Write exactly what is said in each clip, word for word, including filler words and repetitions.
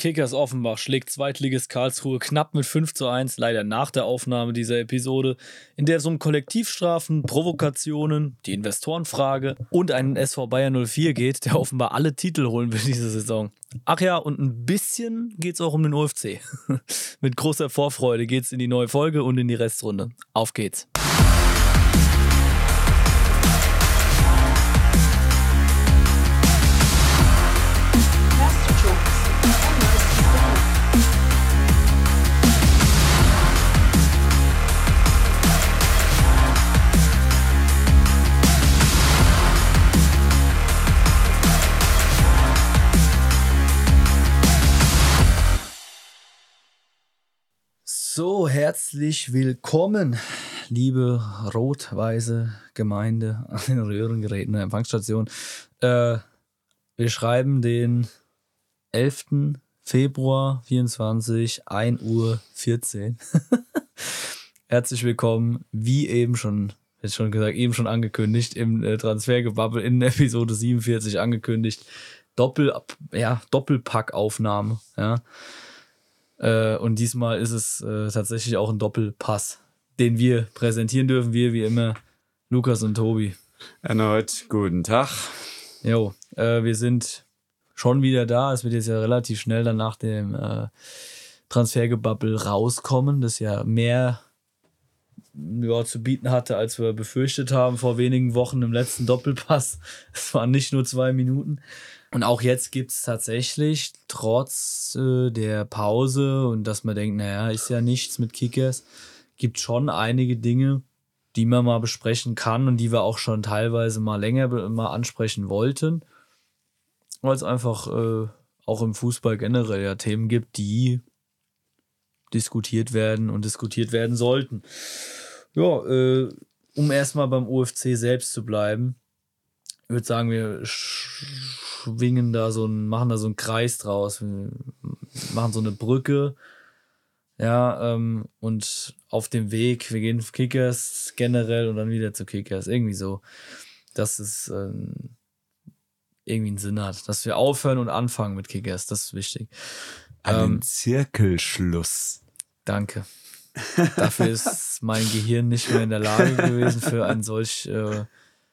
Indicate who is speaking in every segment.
Speaker 1: Kickers Offenbach schlägt Zweitligist Karlsruhe knapp mit fünf zu eins, leider nach der Aufnahme dieser Episode, in der es um Kollektivstrafen, Provokationen, die Investorenfrage und einen S V Bayern null vier geht, der offenbar alle Titel holen will diese Saison. Ach ja, und ein bisschen geht's auch um den O F C. Mit großer Vorfreude geht's in die neue Folge und in die Restrunde. Auf geht's. So, herzlich willkommen, liebe rot-weiße Gemeinde an den Röhrengeräten der Empfangsstation. Äh, wir schreiben den elften Februar vierundzwanzig, ein Uhr vierzehn. Herzlich willkommen, wie eben schon, jetzt schon gesagt, eben schon angekündigt, im äh, Transfergebabbel in Episode siebenundvierzig angekündigt. Doppel, ja, Doppelpackaufnahme, ja. Und diesmal ist es äh, tatsächlich auch ein Doppelpass, den wir präsentieren dürfen. Wir, wie immer, Lukas und Tobi.
Speaker 2: Erneut guten Tag.
Speaker 1: Jo, äh, wir sind schon wieder da. Es wird jetzt ja relativ schnell dann nach dem äh, Transfergebabbel rauskommen, das ja mehr ja, zu bieten hatte, als wir befürchtet haben vor wenigen Wochen im letzten Doppelpass. Es waren nicht nur zwei Minuten. Und auch jetzt gibt es tatsächlich, trotz äh, der Pause und dass man denkt, naja, ist ja nichts mit Kickers, gibt schon einige Dinge, die man mal besprechen kann und die wir auch schon teilweise mal länger be- mal ansprechen wollten, weil es einfach äh, auch im Fußball generell ja Themen gibt, die diskutiert werden und diskutiert werden sollten. Ja, äh, um erstmal beim O F C selbst zu bleiben, ich würde sagen, wir schwingen da so ein, machen da so einen Kreis draus, wir machen so eine Brücke, ja, ähm, und auf dem Weg, wir gehen auf Kickers generell und dann wieder zu Kickers, irgendwie so, dass es ähm, irgendwie einen Sinn hat, dass wir aufhören und anfangen mit Kickers, das ist wichtig.
Speaker 2: Einen
Speaker 1: Ähm,
Speaker 2: Zirkelschluss.
Speaker 1: Danke. Dafür ist mein Gehirn nicht mehr in der Lage gewesen für einen solch äh,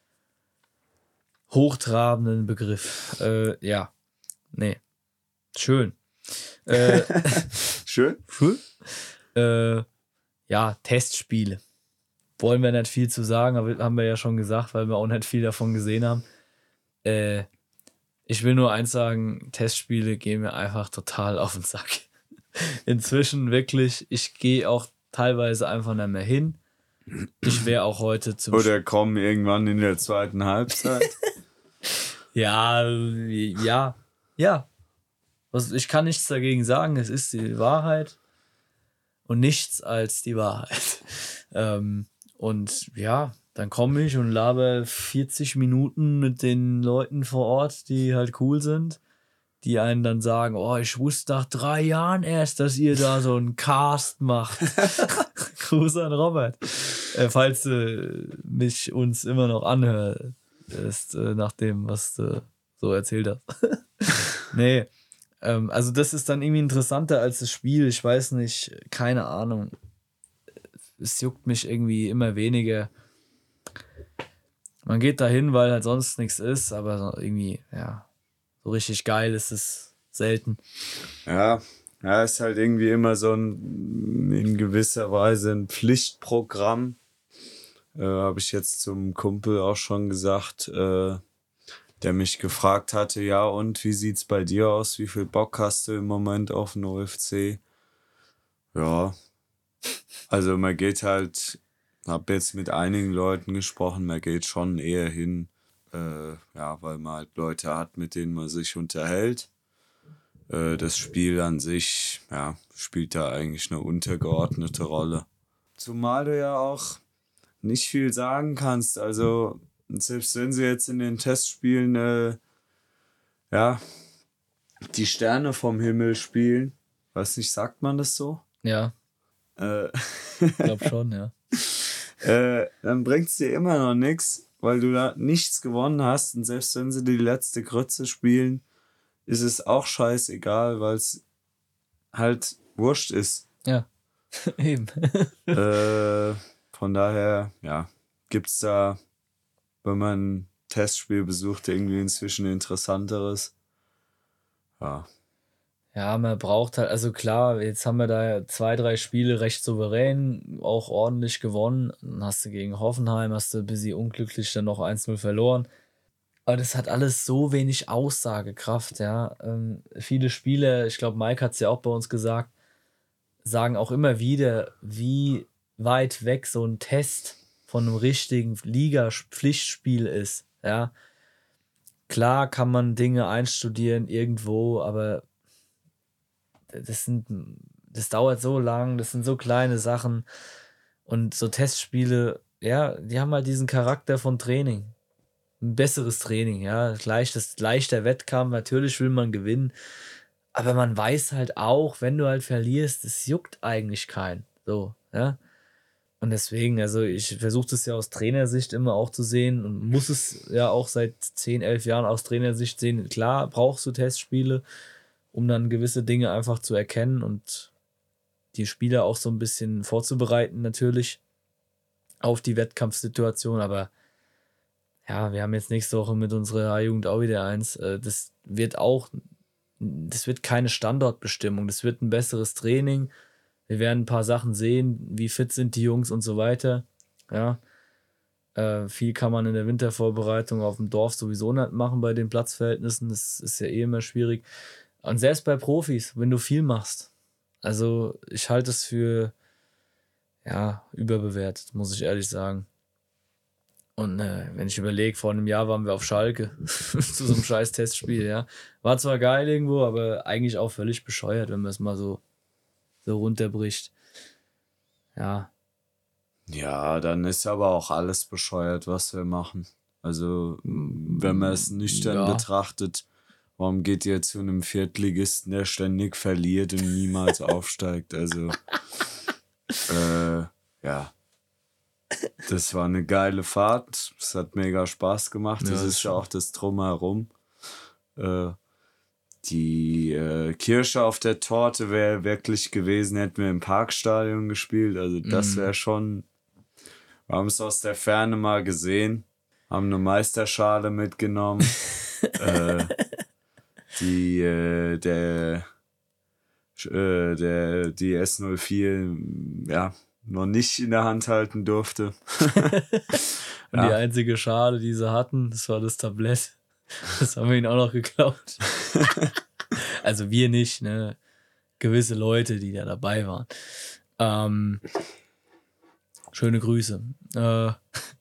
Speaker 1: hochtrabenden Begriff. Äh, ja. Nee. Schön. Äh,
Speaker 2: Schön?
Speaker 1: Schön? Äh, ja, Testspiele. Wollen wir nicht viel zu sagen, aber haben wir ja schon gesagt, weil wir auch nicht viel davon gesehen haben. Äh, ich will nur eins sagen, Testspiele gehen mir einfach total auf den Sack. Inzwischen wirklich, ich gehe auch teilweise einfach nicht mehr hin. Ich wäre auch heute zum
Speaker 2: Oder kommen irgendwann in der zweiten Halbzeit.
Speaker 1: Ja, ja, ja. Was, ich kann nichts dagegen sagen, es ist die Wahrheit und nichts als die Wahrheit. Ähm, und ja, dann komme ich und laber vierzig Minuten mit den Leuten vor Ort, die halt cool sind, die einen dann sagen, oh, ich wusste nach drei Jahren erst, dass ihr da so einen Cast macht. Gruß an Robert. Äh, falls du äh, mich uns immer noch anhörst, ist äh, nach dem, was du so erzählt hast. Nee, ähm, also das ist dann irgendwie interessanter als das Spiel. Ich weiß nicht, keine Ahnung. Es juckt mich irgendwie immer weniger. Man geht dahin, weil halt sonst nichts ist, aber so irgendwie, ja, so richtig geil ist es selten.
Speaker 2: Ja, ja, ist halt irgendwie immer so ein, in gewisser Weise ein Pflichtprogramm. Äh, habe ich jetzt zum Kumpel auch schon gesagt, äh, der mich gefragt hatte, ja, und wie sieht's bei dir aus? Wie viel Bock hast du im Moment auf den O F C? Ja, also man geht halt, habe jetzt mit einigen Leuten gesprochen, man geht schon eher hin, äh, ja, weil man halt Leute hat, mit denen man sich unterhält. Äh, das Spiel an sich, ja, spielt da eigentlich eine untergeordnete Rolle. Zumal du ja auch nicht viel sagen kannst, also selbst wenn sie jetzt in den Testspielen äh, ja, die Sterne vom Himmel spielen, weiß nicht, sagt man das so?
Speaker 1: Ja,
Speaker 2: Äh,
Speaker 1: ich glaube schon, ja.
Speaker 2: äh, dann bringt es dir immer noch nichts, weil du da nichts gewonnen hast und selbst wenn sie die letzte Grütze spielen, ist es auch scheißegal, weil es halt wurscht ist.
Speaker 1: Ja, eben.
Speaker 2: äh, von daher, ja, gibt's da, wenn man ein Testspiel besucht, irgendwie inzwischen interessanteres. Ja.
Speaker 1: Ja, man braucht halt, also klar, jetzt haben wir da zwei, drei Spiele recht souverän, auch ordentlich gewonnen. Dann hast du gegen Hoffenheim, hast du ein bisschen unglücklich dann noch eins null verloren. Aber das hat alles so wenig Aussagekraft, ja. Ähm, viele Spieler, ich glaube, Mike hat es ja auch bei uns gesagt, sagen auch immer wieder, wie weit weg so ein Test von einem richtigen Liga-Pflichtspiel ist, ja. Klar kann man Dinge einstudieren irgendwo, aber das sind, das dauert so lang, das sind so kleine Sachen und so Testspiele, ja, die haben halt diesen Charakter von Training. Ein besseres Training, ja, gleich das leichter Wettkampf, natürlich will man gewinnen, aber man weiß halt auch, wenn du halt verlierst, es juckt eigentlich keinen, so, ja. Und deswegen, also ich versuche das ja aus Trainersicht immer auch zu sehen und muss es ja auch seit zehn, elf Jahren aus Trainersicht sehen. Klar brauchst du Testspiele, um dann gewisse Dinge einfach zu erkennen und die Spieler auch so ein bisschen vorzubereiten natürlich auf die Wettkampfsituation, aber ja, wir haben jetzt nächste Woche mit unserer A-Jugend auch wieder eins. Äh, Das wird auch, das wird keine Standortbestimmung, das wird ein besseres Training. Wir werden ein paar Sachen sehen, wie fit sind die Jungs und so weiter. Ja, äh, viel kann man in der Wintervorbereitung auf dem Dorf sowieso nicht machen bei den Platzverhältnissen. Das ist ja eh immer schwierig. Und selbst bei Profis, wenn du viel machst. Also ich halte es für, ja, überbewertet, muss ich ehrlich sagen. Und äh, wenn ich überlege, vor einem Jahr waren wir auf Schalke zu so einem scheiß Testspiel, ja. War zwar geil irgendwo, aber eigentlich auch völlig bescheuert, wenn man es mal so, so runterbricht. Ja,
Speaker 2: Ja, dann ist aber auch alles bescheuert, was wir machen. Also, m, wenn man es nüchtern
Speaker 1: ja,
Speaker 2: betrachtet, warum geht ihr zu einem Viertligisten, der ständig verliert und niemals aufsteigt? Also, äh, ja, das war eine geile Fahrt. Es hat mega Spaß gemacht.
Speaker 1: ja,
Speaker 2: Das
Speaker 1: das
Speaker 2: ist ja
Speaker 1: schon.
Speaker 2: auch das Drumherum. Äh, die äh, Kirsche auf der Torte wäre wirklich gewesen, hätten wir im Parkstadion gespielt. Also, das
Speaker 1: Mm.
Speaker 2: wäre schon. Wir haben es aus der Ferne mal gesehen, haben eine Meisterschale mitgenommen, äh, die äh, der, äh, der die S null vier ja, noch nicht in der Hand halten durfte.
Speaker 1: Und die
Speaker 2: Ja,
Speaker 1: einzige Schale, die sie hatten, das war das Tablett. Das haben wir ihnen auch noch geklaut. Also wir nicht, ne? Gewisse Leute, die da dabei waren. Ähm, schöne Grüße. Äh,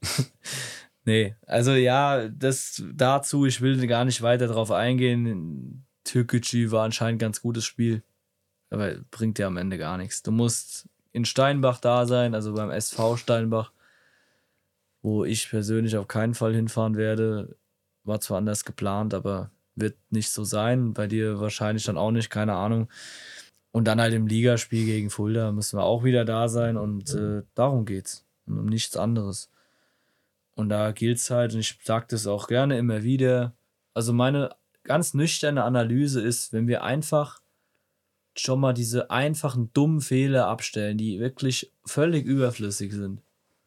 Speaker 1: nee, also ja, das dazu, ich will gar nicht weiter drauf eingehen. Türkgücü war anscheinend ein ganz gutes Spiel, aber bringt dir am Ende gar nichts. Du musst in Steinbach da sein, also beim S V Steinbach, wo ich persönlich auf keinen Fall hinfahren werde. War zwar anders geplant, aber wird nicht so sein. Bei dir wahrscheinlich dann auch nicht, keine Ahnung. Und dann halt im Ligaspiel gegen Fulda müssen wir auch wieder da sein und äh, darum geht's. Und um nichts anderes. Und da gilt's halt, und ich sage das auch gerne immer wieder, also meine ganz nüchterne Analyse ist, wenn wir einfach schon mal diese einfachen, dummen Fehler abstellen, die wirklich völlig überflüssig sind.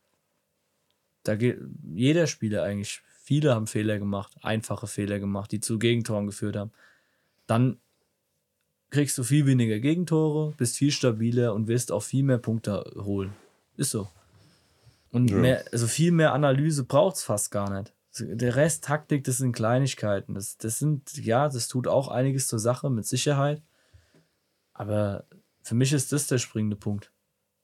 Speaker 1: Da geht jeder Spieler eigentlich, viele haben Fehler gemacht, einfache Fehler gemacht, die zu Gegentoren geführt haben. Dann kriegst du viel weniger Gegentore, bist viel stabiler und wirst auch viel mehr Punkte holen. Ist so. Und
Speaker 2: ja.
Speaker 1: mehr, also viel mehr Analyse braucht es fast gar nicht. Der Rest, Taktik, das sind Kleinigkeiten. Das, das sind, ja, das tut auch einiges zur Sache, mit Sicherheit. Aber für mich ist das der springende Punkt.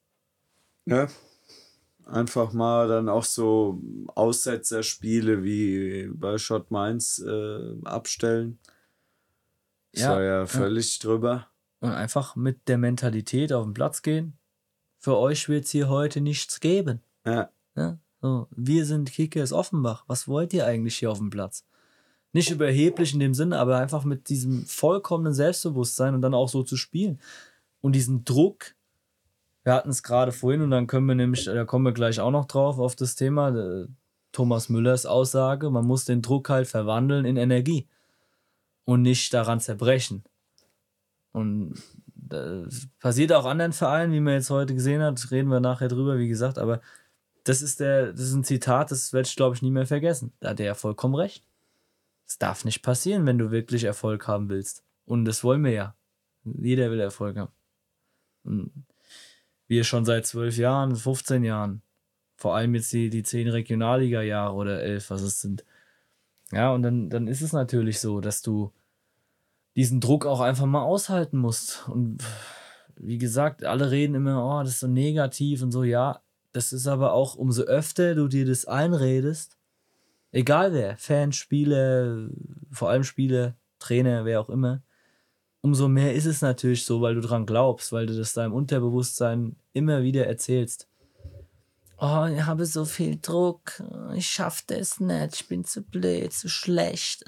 Speaker 2: Ja. Einfach mal dann auch so Aussetzerspiele wie bei Schott Mainz äh, abstellen. Das
Speaker 1: Ja,
Speaker 2: war ja
Speaker 1: ja.
Speaker 2: völlig drüber.
Speaker 1: Und einfach mit der Mentalität auf den Platz gehen. Für euch wird es hier heute nichts geben.
Speaker 2: Ja.
Speaker 1: Ja? So, wir sind Kickers Offenbach. Was wollt ihr eigentlich hier auf dem Platz? Nicht überheblich in dem Sinne, aber einfach mit diesem vollkommenen Selbstbewusstsein und dann auch so zu spielen. Und diesen Druck, wir hatten es gerade vorhin und dann können wir nämlich, da kommen wir gleich auch noch drauf auf das Thema, äh, Thomas Müllers Aussage, man muss den Druck halt verwandeln in Energie und nicht daran zerbrechen. Und das passiert auch anderen Vereinen, wie man jetzt heute gesehen hat, reden wir nachher drüber, wie gesagt, aber das ist der, das ist ein Zitat, das werde ich, glaube ich, nie mehr vergessen. Da hat er ja vollkommen recht. Das darf nicht passieren, wenn du wirklich Erfolg haben willst. Und das wollen wir ja. Jeder will Erfolg haben. Und wir schon seit zwölf Jahren, fünfzehn Jahren. Vor allem jetzt die, die zehn Regionalliga-Jahre oder elf, was es sind. Ja, und dann, dann ist es natürlich so, dass du diesen Druck auch einfach mal aushalten musst. Und wie gesagt, alle reden immer, oh, das ist so negativ und so. Ja, das ist aber auch, umso öfter du dir das einredest, egal wer, Fans, Spieler, vor allem Spieler, Trainer, wer auch immer, umso mehr ist es natürlich so, weil du dran glaubst, weil du das deinem Unterbewusstsein immer wieder erzählst. Oh, ich habe so viel Druck, ich schaffe das nicht, ich bin zu blöd, zu schlecht.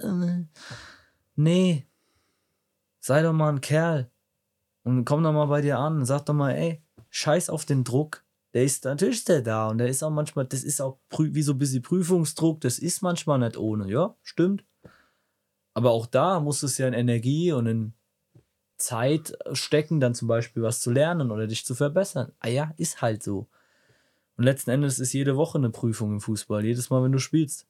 Speaker 1: Nee, sei doch mal ein Kerl und komm doch mal bei dir an und sag doch mal, ey, scheiß auf den Druck. Der ist, natürlich ist der da und der ist auch manchmal, das ist auch prü- wie so ein bisschen Prüfungsdruck, das ist manchmal nicht ohne, ja, stimmt. Aber auch da muss es ja in Energie und in Zeit stecken, dann zum Beispiel was zu lernen oder dich zu verbessern. Ah ja, ist halt so. Und letzten Endes ist jede Woche eine Prüfung im Fußball, jedes Mal, wenn du spielst.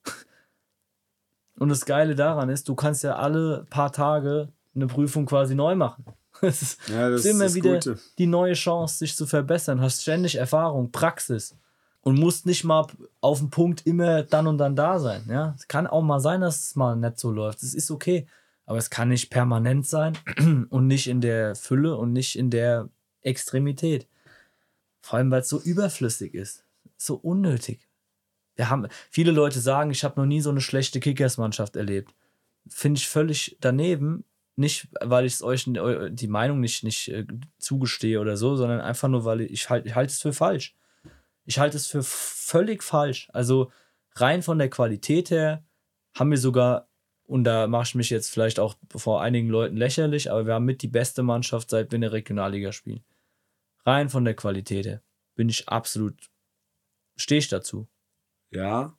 Speaker 1: Und das Geile daran ist, du kannst ja alle paar Tage eine Prüfung quasi neu machen. Es ist,
Speaker 2: Ja, das
Speaker 1: ist immer
Speaker 2: ist das
Speaker 1: wieder
Speaker 2: Gute.
Speaker 1: die neue Chance, sich zu verbessern. Hast ständig Erfahrung, Praxis und musst nicht mal auf den Punkt immer dann und dann da sein. Ja? Es kann auch mal sein, dass es mal nicht so läuft. Das ist okay. Aber es kann nicht permanent sein und nicht in der Fülle und nicht in der Extremität. Vor allem, weil es so überflüssig ist. So unnötig. Wir haben, viele Leute sagen, ich habe noch nie so eine schlechte Kickers-Mannschaft erlebt. Finde ich völlig daneben. Nicht, weil ich euch die Meinung nicht, nicht äh, zugestehe oder so, sondern einfach nur, weil ich halt, ich halte es für falsch. Ich halte es für völlig falsch. Also rein von der Qualität her haben wir sogar, und da mache ich mich jetzt vielleicht auch vor einigen Leuten lächerlich, aber wir haben mit die beste Mannschaft, seit wir in der Regionalliga spielen. Rein von der Qualität her bin ich absolut, stehe ich dazu.
Speaker 2: Ja,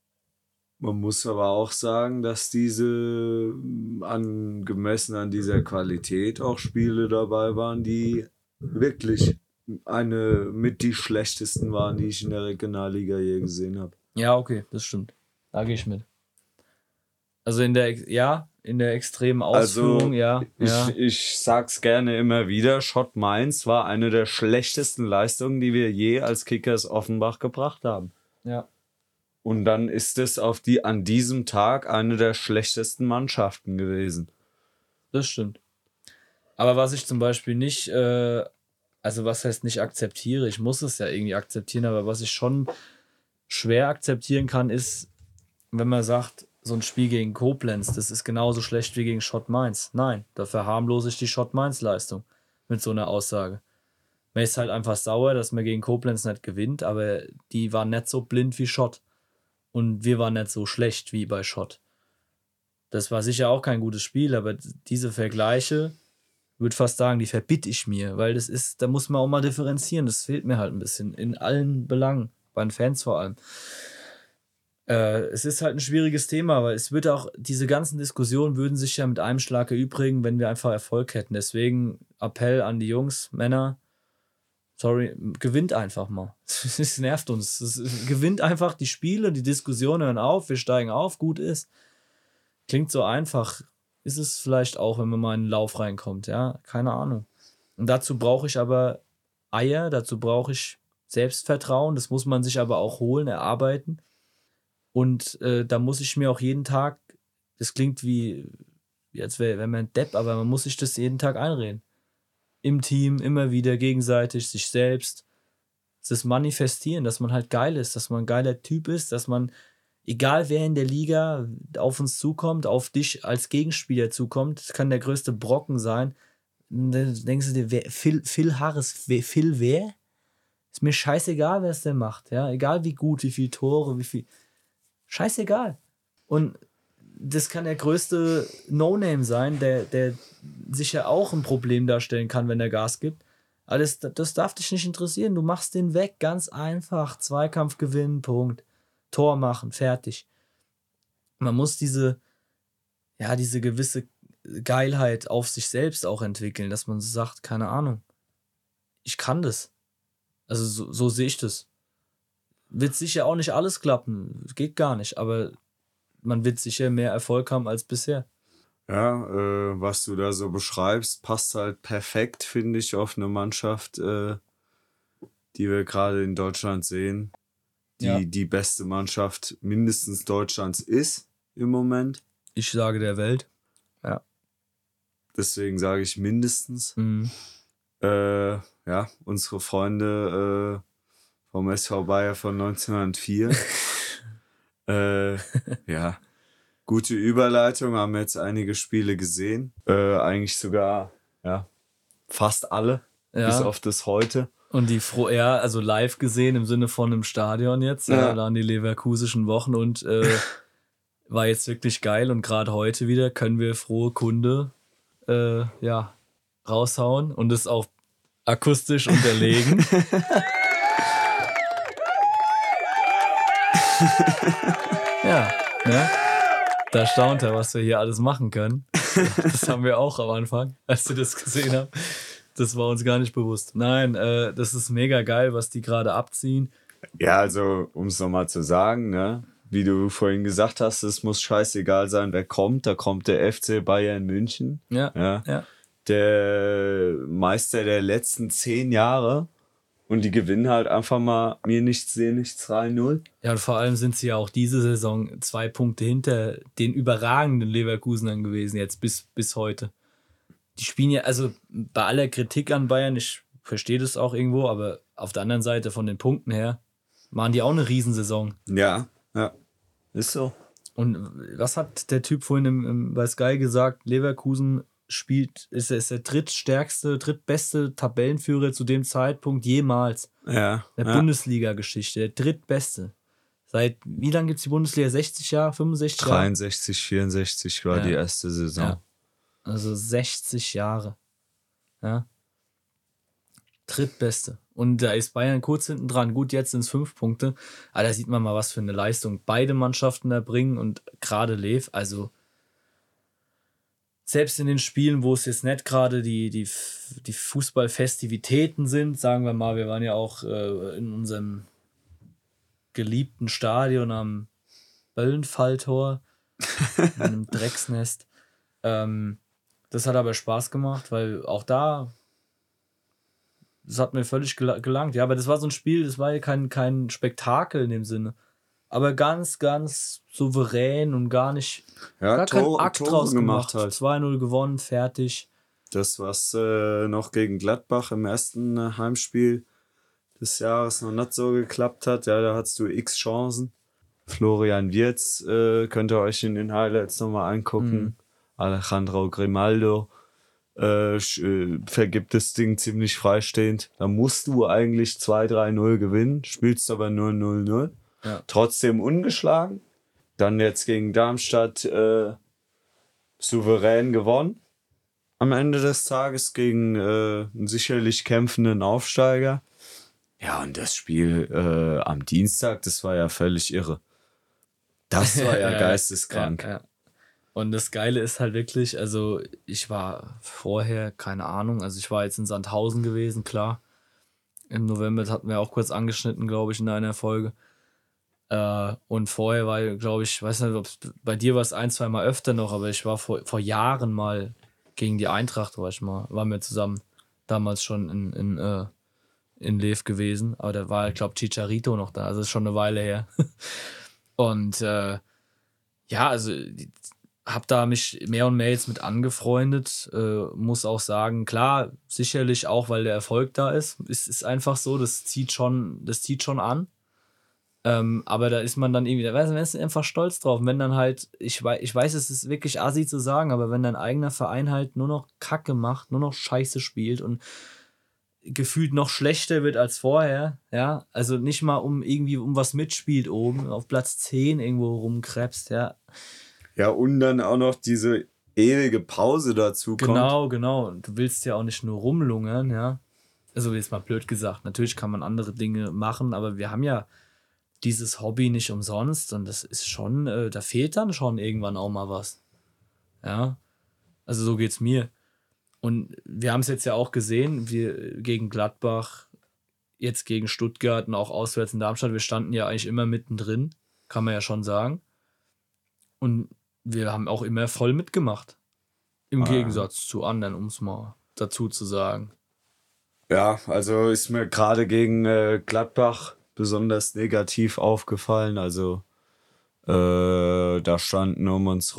Speaker 2: man muss aber auch sagen, dass diese angemessen an dieser Qualität auch Spiele dabei waren, die wirklich eine mit die schlechtesten waren, die ich in der Regionalliga je gesehen habe.
Speaker 1: Ja, okay, das stimmt. Da gehe ich mit. Also in der, ja, in der extremen Ausführung,
Speaker 2: Also,
Speaker 1: ja,
Speaker 2: ich,
Speaker 1: ja.
Speaker 2: ich sag's gerne immer wieder, Schott Mainz war eine der schlechtesten Leistungen, die wir je als Kickers Offenbach gebracht haben.
Speaker 1: Ja.
Speaker 2: Und dann ist es auf die an diesem Tag eine der schlechtesten Mannschaften gewesen.
Speaker 1: Das stimmt. Aber was ich zum Beispiel nicht, äh, also was heißt nicht akzeptiere, ich muss es ja irgendwie akzeptieren, aber was ich schon schwer akzeptieren kann, ist, wenn man sagt, so ein Spiel gegen Koblenz, das ist genauso schlecht wie gegen Schott Mainz. Nein, da verharmlose ich die Schott Mainz-Leistung mit so einer Aussage. Man ist halt einfach sauer, dass man gegen Koblenz nicht gewinnt, aber die waren nicht so blind wie Schott. Und wir waren nicht so schlecht wie bei Schott. Das war sicher auch kein gutes Spiel, aber diese Vergleiche, würde fast sagen, die verbitte ich mir, weil das ist, da muss man auch mal differenzieren. Das fehlt mir halt ein bisschen in allen Belangen, bei den Fans vor allem. Äh, es ist halt ein schwieriges Thema, weil es wird auch, diese ganzen Diskussionen würden sich ja mit einem Schlag erübrigen, wenn wir einfach Erfolg hätten. Deswegen Appell an die Jungs, Männer, sorry, gewinnt einfach mal. Es nervt uns. Es gewinnt einfach die Spiele, die Diskussionen hören auf, wir steigen auf, gut ist. Klingt so einfach. Ist es vielleicht auch, wenn man mal in den Lauf reinkommt, ja, keine Ahnung. Und dazu brauche ich aber Eier, dazu brauche ich Selbstvertrauen, das muss man sich aber auch holen, erarbeiten. Und äh, da muss ich mir auch jeden Tag, das klingt wie, wie als wäre wär man ein Depp, aber man muss sich das jeden Tag einreden. Im Team, immer wieder gegenseitig, sich selbst. Das Manifestieren, dass man halt geil ist, dass man ein geiler Typ ist, dass man, egal wer in der Liga auf uns zukommt, auf dich als Gegenspieler zukommt, das kann der größte Brocken sein. Und dann denkst du dir, wer, Phil, Phil Harris, wer, Phil wer? Ist mir scheißegal, wer es denn macht. Ja? Egal wie gut, wie viele Tore, wie viel. Scheißegal. Und das kann der größte No-Name sein, der, der sicher auch ein Problem darstellen kann, wenn er Gas gibt. Aber das, das darf dich nicht interessieren. Du machst den weg, ganz einfach. Zweikampf gewinnen, Punkt. Tor machen, fertig. Man muss diese, ja, diese gewisse Geilheit auf sich selbst auch entwickeln, dass man so sagt, keine Ahnung, ich kann das. Also so, so sehe ich das. Wird sicher auch nicht alles klappen, geht gar nicht, aber man wird sicher mehr Erfolg haben als bisher.
Speaker 2: Ja, äh, was du da so beschreibst, passt halt perfekt, finde ich, auf eine Mannschaft, äh, die wir gerade in Deutschland sehen, die
Speaker 1: Ja.
Speaker 2: die beste Mannschaft mindestens Deutschlands ist im Moment.
Speaker 1: Ich sage der Welt. Ja.
Speaker 2: Deswegen sage ich mindestens.
Speaker 1: Mhm.
Speaker 2: Äh, ja, unsere Freunde äh, vom S V Bayer von neunzehnhundertvier. äh, ja, gute Überleitung, haben jetzt einige Spiele gesehen. Äh, eigentlich sogar, ja, fast alle,
Speaker 1: Ja.
Speaker 2: bis auf das heute.
Speaker 1: Und die froh, ja, also live gesehen im Sinne von einem Stadion jetzt, ja,
Speaker 2: Ja.
Speaker 1: da an die leverkusischen Wochen und äh, war jetzt wirklich geil und gerade heute wieder können wir frohe Kunde äh, ja, raushauen und es auch akustisch unterlegen. Ja, ne? Da staunt er, was wir hier alles machen können. Das haben wir auch am Anfang, als wir das gesehen haben. Das war uns gar nicht bewusst. Nein, äh, das ist mega geil, was die gerade abziehen.
Speaker 2: Ja, also, um es nochmal zu sagen, ne, wie du vorhin gesagt hast, es muss scheißegal sein, wer kommt. Da kommt der F C Bayern München.
Speaker 1: Ja,
Speaker 2: Ja.
Speaker 1: ja.
Speaker 2: Der Meister der letzten zehn Jahre. Und die gewinnen halt einfach mal mir nichts, dir nichts, drei null.
Speaker 1: Ja, und vor allem sind sie ja auch diese Saison zwei Punkte hinter den überragenden Leverkusenern gewesen, jetzt bis, bis heute. Die spielen ja, also bei aller Kritik an Bayern, ich verstehe das auch irgendwo, aber auf der anderen Seite von den Punkten her, machen die auch eine Riesensaison.
Speaker 2: Ja, ja. Ist so.
Speaker 1: Und was hat der Typ vorhin im, im, bei Sky gesagt? Leverkusen spielt, ist, ist der drittstärkste, drittbeste Tabellenführer zu dem Zeitpunkt jemals.
Speaker 2: Ja.
Speaker 1: Der
Speaker 2: ja.
Speaker 1: Bundesliga-Geschichte, der drittbeste. Seit, wie lange gibt es die Bundesliga? sechzig Jahre, fünfundsechzig Jahre?
Speaker 2: dreiundsechzig, vierundsechzig war
Speaker 1: Ja.
Speaker 2: die erste Saison.
Speaker 1: Ja. Also sechzig Jahre. Ja. Drittbeste. Und da ist Bayern kurz hinten dran. Gut, jetzt sind es fünf Punkte. Aber da sieht man mal, was für eine Leistung beide Mannschaften erbringen und gerade Lev. Also selbst in den Spielen, wo es jetzt nicht gerade die, die, die Fußballfestivitäten sind, sagen wir mal, wir waren ja auch äh, in unserem geliebten Stadion am Böllenfalltor, in einem Drecksnest. Ähm, das hat aber Spaß gemacht, weil auch da, das hat mir völlig gel- gelangt. Ja, aber das war so ein Spiel, das war ja kein, kein Spektakel in dem Sinne. Aber ganz, ganz souverän und gar nicht,
Speaker 2: Ja,
Speaker 1: gar kein
Speaker 2: Tore-
Speaker 1: Akt
Speaker 2: Tore
Speaker 1: draus
Speaker 2: gemacht
Speaker 1: gemacht.
Speaker 2: halt.
Speaker 1: zwei null gewonnen, fertig.
Speaker 2: Das, was äh, noch gegen Gladbach im ersten äh, Heimspiel des Jahres noch nicht so geklappt hat, ja, da hattest du x Chancen. Florian Wirtz äh, könnt ihr euch in den Highlights nochmal angucken.
Speaker 1: Mhm.
Speaker 2: Alejandro Grimaldo äh, sch- äh, vergibt das Ding ziemlich freistehend. Da musst du eigentlich zwei drei null gewinnen, spielst aber nur null null.
Speaker 1: Ja.
Speaker 2: Trotzdem ungeschlagen. Dann jetzt gegen Darmstadt äh, souverän gewonnen. Am Ende des Tages gegen äh, einen sicherlich kämpfenden Aufsteiger. Ja, und das Spiel äh, am Dienstag, das war ja völlig irre. Das war ja geisteskrank.
Speaker 1: Ja, ja. Und das Geile ist halt wirklich, also ich war vorher, keine Ahnung, also ich war jetzt in Sandhausen gewesen, klar. Im November, das hatten wir auch kurz angeschnitten, glaube ich, in einer Folge. Äh, und vorher war, glaube ich, weiß nicht, ob bei dir war es ein, zwei Mal öfter noch, aber ich war vor, vor Jahren mal gegen die Eintracht, war ich mal, waren wir zusammen damals schon in, in, äh, in Lev gewesen. Aber da war, ich glaube, Chicharito noch da, also ist schon eine Weile her. Und äh, ja, also hab da mich mehr und mehr jetzt mit angefreundet. Äh, muss auch sagen, klar, sicherlich auch, weil der Erfolg da ist. Es ist einfach so, das zieht schon, das zieht schon an. Ähm, aber da ist man dann irgendwie, da weiß man, ist einfach stolz drauf. Und wenn dann halt, ich weiß, ich weiß, es ist wirklich assi zu sagen, aber wenn dein eigener Verein halt nur noch Kacke macht, nur noch Scheiße spielt und gefühlt noch schlechter wird als vorher, ja, also nicht mal um irgendwie um was mitspielt oben, auf Platz zehn irgendwo rumkrebst, ja.
Speaker 2: Ja, und dann auch noch diese ewige Pause dazu kommt.
Speaker 1: Genau, genau. Du willst ja auch nicht nur rumlungern, ja. Also jetzt mal blöd gesagt, natürlich kann man andere Dinge machen, aber wir haben ja dieses Hobby nicht umsonst und das ist schon, äh, da fehlt dann schon irgendwann auch mal was. Ja. Also so geht's mir. Und wir haben es jetzt ja auch gesehen, wir gegen Gladbach, jetzt gegen Stuttgart und auch auswärts in Darmstadt, wir standen ja eigentlich immer mittendrin, kann man ja schon sagen. Und wir haben auch immer voll mitgemacht. Im
Speaker 2: Ah, ja.
Speaker 1: Gegensatz zu anderen, um es mal dazu zu sagen.
Speaker 2: Ja, also ist mir gerade gegen äh, Gladbach besonders negativ aufgefallen. Also äh, da standen um uns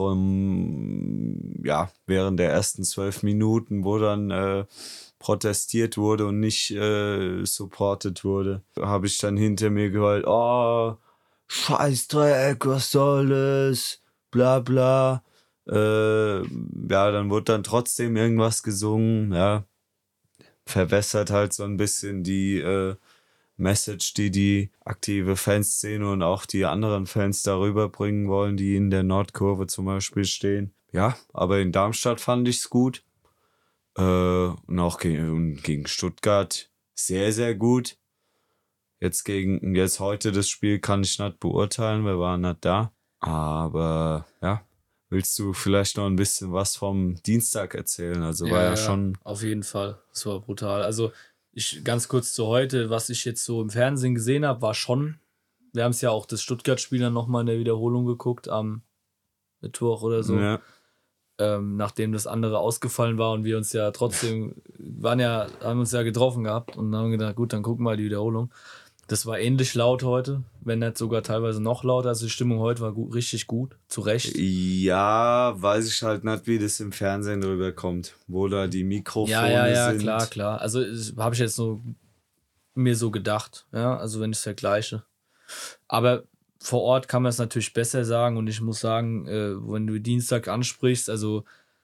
Speaker 2: rum, ja, während der ersten zwölf Minuten, wo dann äh, protestiert wurde und nicht äh, supported wurde, habe ich dann hinter mir gehört, oh, Scheißdreck, was soll das? Bla bla. Äh, ja, dann wurde dann trotzdem irgendwas gesungen, ja. Verwässert halt so ein bisschen die äh, Message, die die aktive Fanszene und auch die anderen Fans darüber bringen wollen, die in der Nordkurve zum Beispiel stehen. Ja, aber in Darmstadt fand ich's gut. Äh, und auch gegen, und gegen Stuttgart sehr, sehr gut. Jetzt gegen, jetzt heute das Spiel kann ich nicht beurteilen, wir waren nicht da. Aber ja, willst du vielleicht noch ein bisschen was vom Dienstag erzählen? Also war
Speaker 1: Ja,
Speaker 2: ja
Speaker 1: ja,
Speaker 2: schon.
Speaker 1: auf jeden Fall. Das war brutal. Also, ich ganz kurz zu heute, was ich jetzt so im Fernsehen gesehen habe, war schon, wir haben es ja auch das Stuttgart-Spiel dann nochmal in der Wiederholung geguckt am Mittwoch oder so,
Speaker 2: Ja,
Speaker 1: ähm, nachdem das andere ausgefallen war und wir uns ja trotzdem, waren ja, haben uns ja getroffen gehabt und haben gedacht, gut, dann gucken wir mal die Wiederholung. Das war ähnlich laut heute, wenn nicht sogar teilweise noch lauter. Also die Stimmung heute war gut, richtig gut, zu Recht.
Speaker 2: Ja, weiß ich halt nicht, wie das im Fernsehen rüberkommt, wo da die
Speaker 1: Ja, ja,
Speaker 2: Mikrofone
Speaker 1: ja,
Speaker 2: sind.
Speaker 1: klar, klar. Also habe ich jetzt so mir so gedacht, ja, also wenn ich es vergleiche. Aber vor Ort kann man es natürlich besser sagen und ich muss sagen, äh, wenn du Dienstag ansprichst, also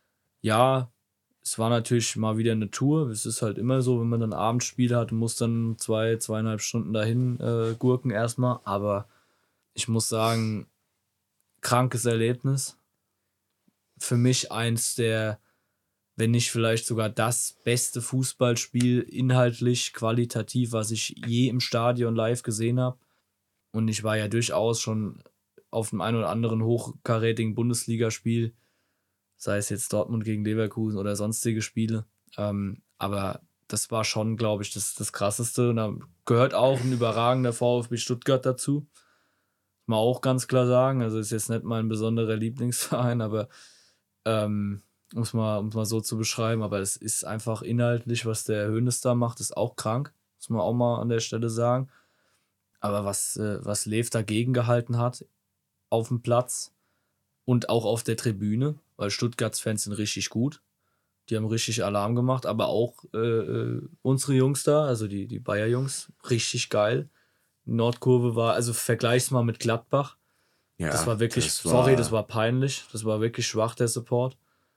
Speaker 1: ja, es war natürlich mal wieder eine Tour. Es ist halt immer so, wenn man dann Abendspiel hat und muss dann zwei, zweieinhalb Stunden dahin äh, gurken erstmal. Aber ich muss sagen, krankes Erlebnis. Für mich eins der, wenn nicht vielleicht sogar das beste Fußballspiel inhaltlich, qualitativ, was ich je im Stadion live gesehen habe. Und ich war ja durchaus schon auf dem einen oder anderen hochkarätigen Bundesligaspiel, sei es jetzt Dortmund gegen Leverkusen oder sonstige Spiele. Ähm, aber das war schon, glaube ich, das, das Krasseste. Und da gehört auch ein überragender VfB Stuttgart dazu. Mal auch ganz klar sagen. Also ist jetzt nicht mein besonderer Lieblingsverein, aber ähm, um es mal, um's mal so zu beschreiben. Aber es ist einfach inhaltlich, was der Hoeneß da macht, ist auch krank. Muss man auch mal an der Stelle sagen. Aber was, äh, was Lev dagegen gehalten hat auf dem Platz und auch auf der Tribüne, weil Stuttgarts Fans sind richtig gut. Die haben richtig Alarm gemacht, aber auch äh, äh, unsere Jungs da, also die, die Bayer-Jungs, richtig geil. Nordkurve war, also vergleich's mal mit Gladbach. Das
Speaker 2: Ja,
Speaker 1: war wirklich,
Speaker 2: das
Speaker 1: sorry, das
Speaker 2: war.
Speaker 1: war peinlich. Das war wirklich schwach, der Support.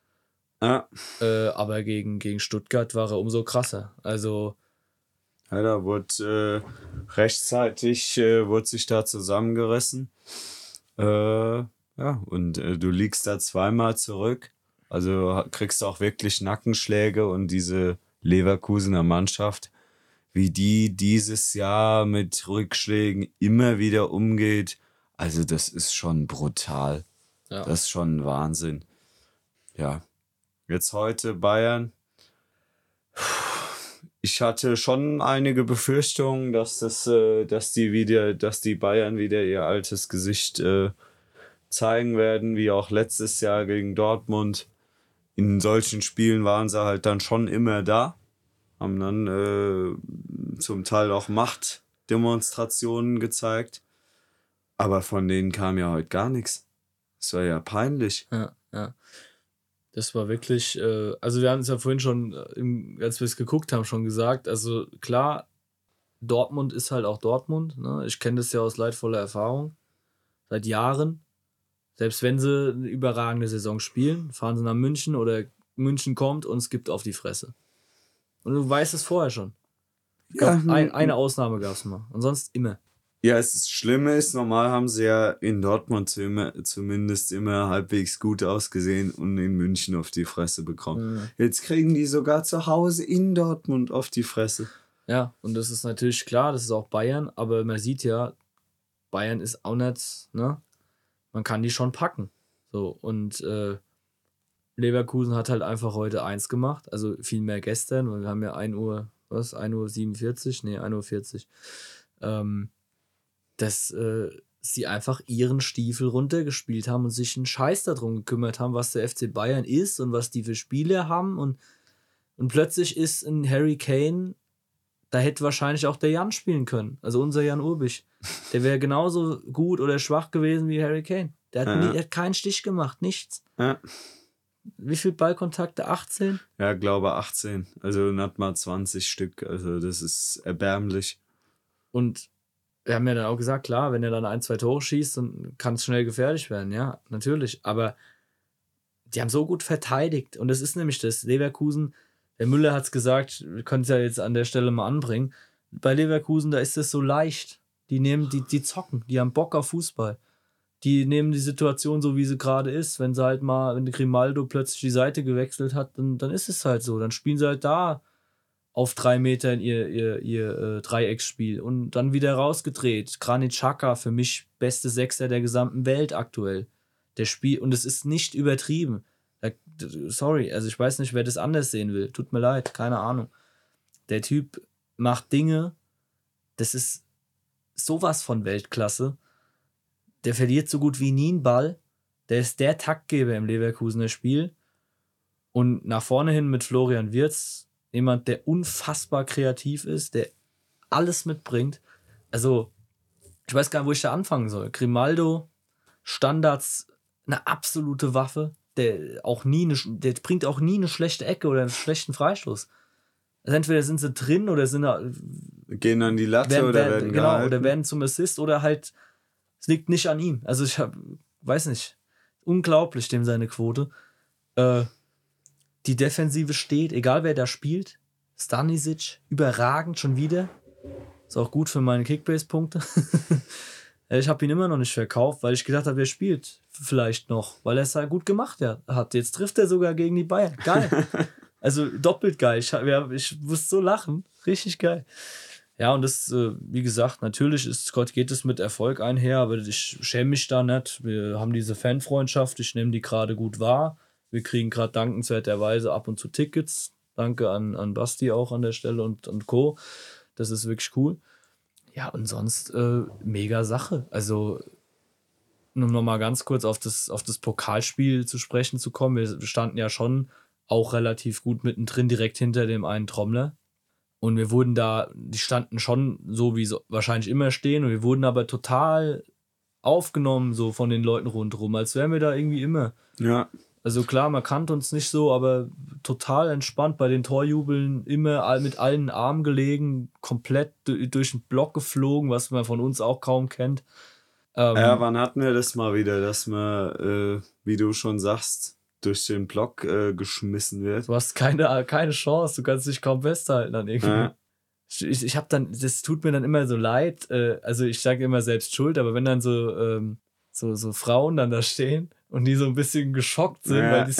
Speaker 2: Ja,
Speaker 1: Äh, aber gegen, gegen Stuttgart war er umso krasser. Also,
Speaker 2: ja, da wurde äh, rechtzeitig äh, wurde sich da zusammengerissen. Äh, ja, und äh, du liegst da zweimal zurück. Also ha- kriegst auch wirklich Nackenschläge und diese Leverkusener Mannschaft, wie die dieses Jahr mit Rückschlägen immer wieder umgeht. Also das ist schon brutal.
Speaker 1: ja.
Speaker 2: Das ist schon Wahnsinn. Ja, jetzt heute Bayern. Ich hatte schon einige Befürchtungen, dass das, äh, dass die wieder, dass die Bayern wieder ihr altes Gesicht äh, zeigen werden, wie auch letztes Jahr gegen Dortmund. In solchen Spielen waren sie halt dann schon immer da, haben dann äh, zum Teil auch Machtdemonstrationen gezeigt, aber von denen kam ja heute gar nichts. Das war ja peinlich.
Speaker 1: Ja, ja. Das war wirklich, äh, also wir haben es ja vorhin schon, äh, im, als wir es geguckt haben, schon gesagt. Also klar, Dortmund ist halt auch Dortmund. Ne? Ich kenne das ja aus leidvoller Erfahrung. Seit Jahren. Selbst wenn sie eine überragende Saison spielen, fahren sie nach München oder München kommt und es gibt auf die Fresse. Und du weißt es vorher schon. Ich
Speaker 2: Ja,
Speaker 1: glaube, ein,
Speaker 2: n-
Speaker 1: eine Ausnahme gab es mal. Und sonst immer.
Speaker 2: ja, es Schlimme ist, normal haben sie ja in Dortmund zu immer, zumindest immer halbwegs gut ausgesehen und in München auf die Fresse bekommen.
Speaker 1: Mhm.
Speaker 2: Jetzt kriegen die sogar zu Hause in Dortmund auf die Fresse.
Speaker 1: Ja, und das ist natürlich klar, das ist auch Bayern, aber man sieht ja, Bayern ist auch nicht, ne? Man kann die schon packen. So, und äh, Leverkusen hat halt einfach heute eins gemacht, also viel mehr gestern, weil wir haben ja ein Uhr, was, ein Uhr siebenundvierzig? Nee, ein Uhr vierzig. Ähm, dass äh, sie einfach ihren Stiefel runtergespielt haben und sich einen Scheiß darum gekümmert haben, was der F C Bayern ist und was die für Spieler haben und, und plötzlich ist ein Harry Kane, da hätte wahrscheinlich auch der Jan spielen können, also unser Jan Urbich. Der wäre genauso gut oder schwach gewesen wie Harry Kane. Der hat,
Speaker 2: Ja.
Speaker 1: nie, der hat keinen Stich gemacht, nichts.
Speaker 2: Ja.
Speaker 1: Wie viele Ballkontakte? achtzehn?
Speaker 2: Ja, glaube achtzehn. Also nicht mal zwanzig Stück. Also das ist erbärmlich.
Speaker 1: Und wir haben ja dann auch gesagt, klar, wenn er dann ein, zwei Tore schießt, dann kann es schnell gefährlich werden, ja, natürlich. Aber die haben so gut verteidigt. Und das ist nämlich das. Leverkusen, der Müller hat es gesagt, wir können es ja jetzt an der Stelle mal anbringen. Bei Leverkusen, da ist es so leicht. Die nehmen, die, die zocken, die haben Bock auf Fußball. Die nehmen die Situation so, wie sie gerade ist. Wenn sie halt mal, wenn Grimaldo plötzlich die Seite gewechselt hat, dann, dann ist es halt so. Dann spielen sie halt da auf drei Metern ihr, ihr, ihr äh, Dreiecksspiel und dann wieder rausgedreht. Granit Xhaka, für mich beste Sechser der gesamten Welt aktuell. Der Spiel, und es ist nicht übertrieben. Da, sorry, also ich weiß nicht, wer das anders sehen will. Tut mir leid, keine Ahnung. Der Typ macht Dinge, das ist sowas von Weltklasse. Der verliert so gut wie nie einen Ball. Der ist der Taktgeber im Leverkusener Spiel. Und nach vorne hin mit Florian Wirtz, jemand, der unfassbar kreativ ist, der alles mitbringt. Also, ich weiß gar nicht, wo ich da anfangen soll. Grimaldo, Standards, eine absolute Waffe. Der, auch nie eine, der bringt auch nie eine schlechte Ecke oder einen schlechten Freistoß. Also entweder sind sie drin oder sind
Speaker 2: gehen an die Latte
Speaker 1: werden,
Speaker 2: oder
Speaker 1: werden,
Speaker 2: werden
Speaker 1: genau,
Speaker 2: gehalten.
Speaker 1: oder werden zum Assist oder halt es liegt nicht an ihm. Also ich hab, weiß nicht, unglaublich dem seine Quote. Äh, die Defensive steht, egal wer da spielt. Stanisic, überragend schon wieder. Ist auch gut für meine Kickbase-Punkte. Ich habe ihn immer noch nicht verkauft, weil ich gedacht habe, er spielt vielleicht noch, weil er es halt gut gemacht hat. Jetzt trifft er sogar gegen die Bayern. Geil. Also doppelt geil. Ich, ich musste so lachen. Richtig geil. Ja, und das, wie gesagt, natürlich ist, Gott geht es mit Erfolg einher, aber ich schäme mich da nicht. Wir haben diese Fanfreundschaft, ich nehme die gerade gut wahr. Wir kriegen gerade dankenswerterweise ab und zu Tickets. Danke an, an Basti auch an der Stelle und, und Co. Das ist wirklich cool. Ja, und sonst äh, mega Sache. Also, um nochmal ganz kurz auf das, auf das Pokalspiel zu sprechen zu kommen. Wir standen ja schon auch relativ gut mittendrin, direkt hinter dem einen Trommler. Und wir wurden da, die standen schon so, wie sie wahrscheinlich immer stehen. Und wir wurden aber total aufgenommen, so von den Leuten rundherum, als wären wir da irgendwie immer.
Speaker 2: Ja.
Speaker 1: Also klar, man kannte uns nicht so, aber total entspannt bei den Torjubeln, immer mit allen Armen gelegen, komplett durch den Block geflogen, was man von uns auch kaum kennt.
Speaker 2: Ähm, ja, wann hatten wir das mal wieder, dass man, äh, wie du schon sagst, durch den Block äh, geschmissen wird?
Speaker 1: Du hast keine, keine Chance, du kannst dich kaum festhalten an irgendwie. Ja. Ich, ich habe dann, das tut mir dann immer so leid, äh, also ich sage immer selbst schuld, aber wenn dann so, ähm, so, so Frauen dann da stehen und die so ein bisschen geschockt sind, ja, weil die,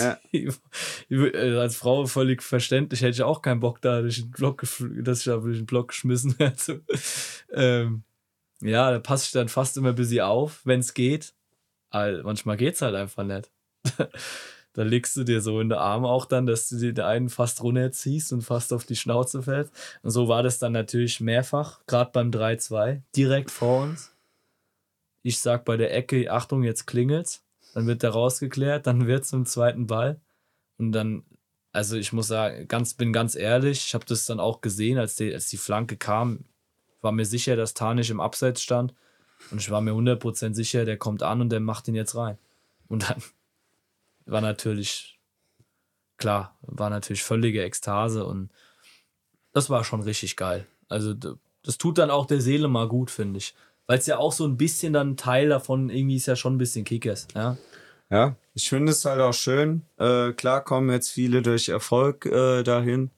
Speaker 1: ja. als Frau völlig verständlich, hätte ich auch keinen Bock da durch den Block, dass ich da durch den Block geschmissen werde. So. Ähm, ja, da passe ich dann fast immer ein bisschen auf, wenn es geht. Aber manchmal geht es halt einfach nicht. Da legst du dir so in den Arm auch dann, dass du dir den einen fast runterziehst und fast auf die Schnauze fällst. Und so war das dann natürlich mehrfach, gerade beim drei zwei, direkt vor uns. Ich sag bei der Ecke, Achtung, jetzt klingelt's. Dann wird der rausgeklärt, dann wird's im zweiten Ball. Und dann, also ich muss sagen, ganz, bin ganz ehrlich, ich habe das dann auch gesehen, als die, als die Flanke kam, war mir sicher, dass Tanic im Abseits stand. Und ich war mir hundert Prozent sicher, der kommt an und der macht ihn jetzt rein. Und dann war natürlich, klar, war natürlich völlige Ekstase und das war schon richtig geil. Also das tut dann auch der Seele mal gut, finde ich. Weil es ja auch so ein bisschen dann Teil davon irgendwie ist ja schon ein bisschen Kickers, ja.
Speaker 2: Ja, ich finde es halt auch schön. Äh, klar kommen jetzt viele durch Erfolg äh, dahin,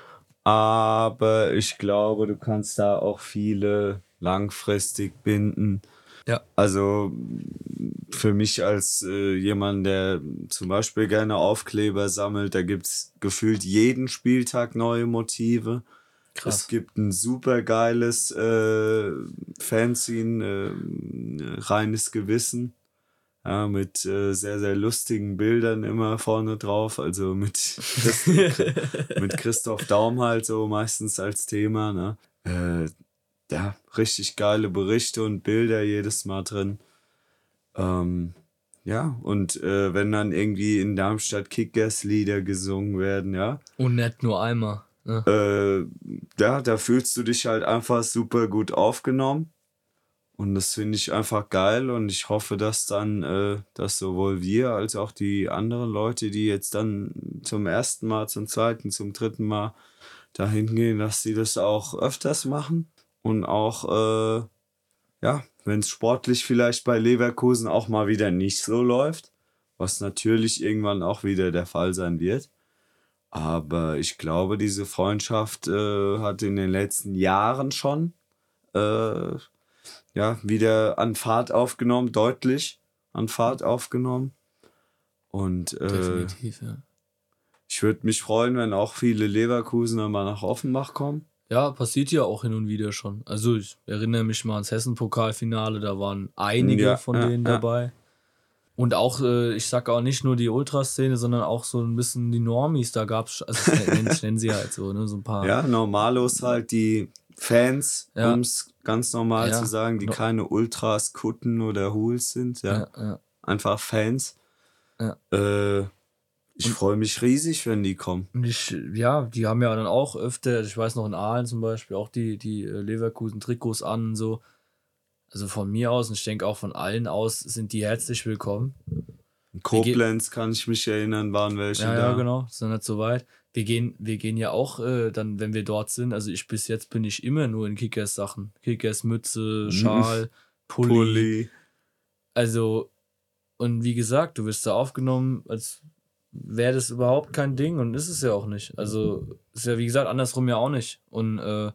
Speaker 2: aber ich glaube, du kannst da auch viele langfristig binden.
Speaker 1: Ja.
Speaker 2: Also für mich als äh, jemand, der zum Beispiel gerne Aufkleber sammelt, da gibt es gefühlt jeden Spieltag neue Motive. Krass. Es gibt ein super geiles äh, Fanzine, äh, reines Gewissen. Ja, mit äh, sehr, sehr lustigen Bildern immer vorne drauf. Also mit, Christ mit Christoph Daum halt so meistens als Thema. Ne? Äh, ja, richtig geile Berichte und Bilder jedes Mal drin. Ähm, ja, und äh, wenn dann irgendwie in Darmstadt Kickers-Lieder gesungen werden, ja.
Speaker 1: Und nicht nur einmal. Ne?
Speaker 2: Äh, ja, da fühlst du dich halt einfach super gut aufgenommen. Und das finde ich einfach geil und ich hoffe, dass dann, äh, dass sowohl wir als auch die anderen Leute, die jetzt dann zum ersten Mal, zum zweiten, zum dritten Mal dahin gehen, dass sie das auch öfters machen und auch, äh, ja, wenn es sportlich vielleicht bei Leverkusen auch mal wieder nicht so läuft, was natürlich irgendwann auch wieder der Fall sein wird. Aber ich glaube, diese Freundschaft äh, hat in den letzten Jahren schon äh, ja, wieder an Fahrt aufgenommen, deutlich an Fahrt aufgenommen. Und äh,
Speaker 1: Definitiv, ja.
Speaker 2: ich würde mich freuen, wenn auch viele Leverkusener mal nach Offenbach kommen.
Speaker 1: Ja, passiert ja auch hin und wieder schon. Also ich erinnere mich mal ans Hessen-Pokalfinale, da waren einige
Speaker 2: Ja,
Speaker 1: von
Speaker 2: ja,
Speaker 1: denen
Speaker 2: ja.
Speaker 1: dabei. Und auch, äh, ich sag auch nicht nur die Ultraszene, sondern auch so ein bisschen die Normis, da gab's, also ich nenne, ich nenn sie halt so, ne, so ein paar.
Speaker 2: Ja, Normalos halt die Fans,
Speaker 1: Ja.
Speaker 2: um es ganz normal
Speaker 1: Ja.
Speaker 2: zu sagen, die
Speaker 1: No-
Speaker 2: keine Ultras, Kutten oder Hools sind, ja.
Speaker 1: Ja, ja.
Speaker 2: Einfach Fans.
Speaker 1: Ja.
Speaker 2: Äh, ich freue mich riesig, wenn die kommen.
Speaker 1: Und ich, ja, die haben ja dann auch öfter, also ich weiß noch in Aalen zum Beispiel, auch die, die äh, Leverkusen-Trikots an und so. Also von mir aus und ich denke auch von allen aus sind die herzlich willkommen.
Speaker 2: In Koblenz kann ich mich erinnern, waren welche
Speaker 1: Ja,
Speaker 2: da.
Speaker 1: ja, genau, ist noch nicht so weit. Wir gehen, wir gehen ja auch äh, dann, wenn wir dort sind, also ich bis jetzt bin ich immer nur in Kickers-Sachen. Kickers-Mütze, Schal, Pulli.
Speaker 2: Pulli.
Speaker 1: Also, und wie gesagt, du wirst da aufgenommen, als wäre das überhaupt kein Ding und ist es ja auch nicht. Also, ist ja wie gesagt andersrum ja auch nicht. Und äh,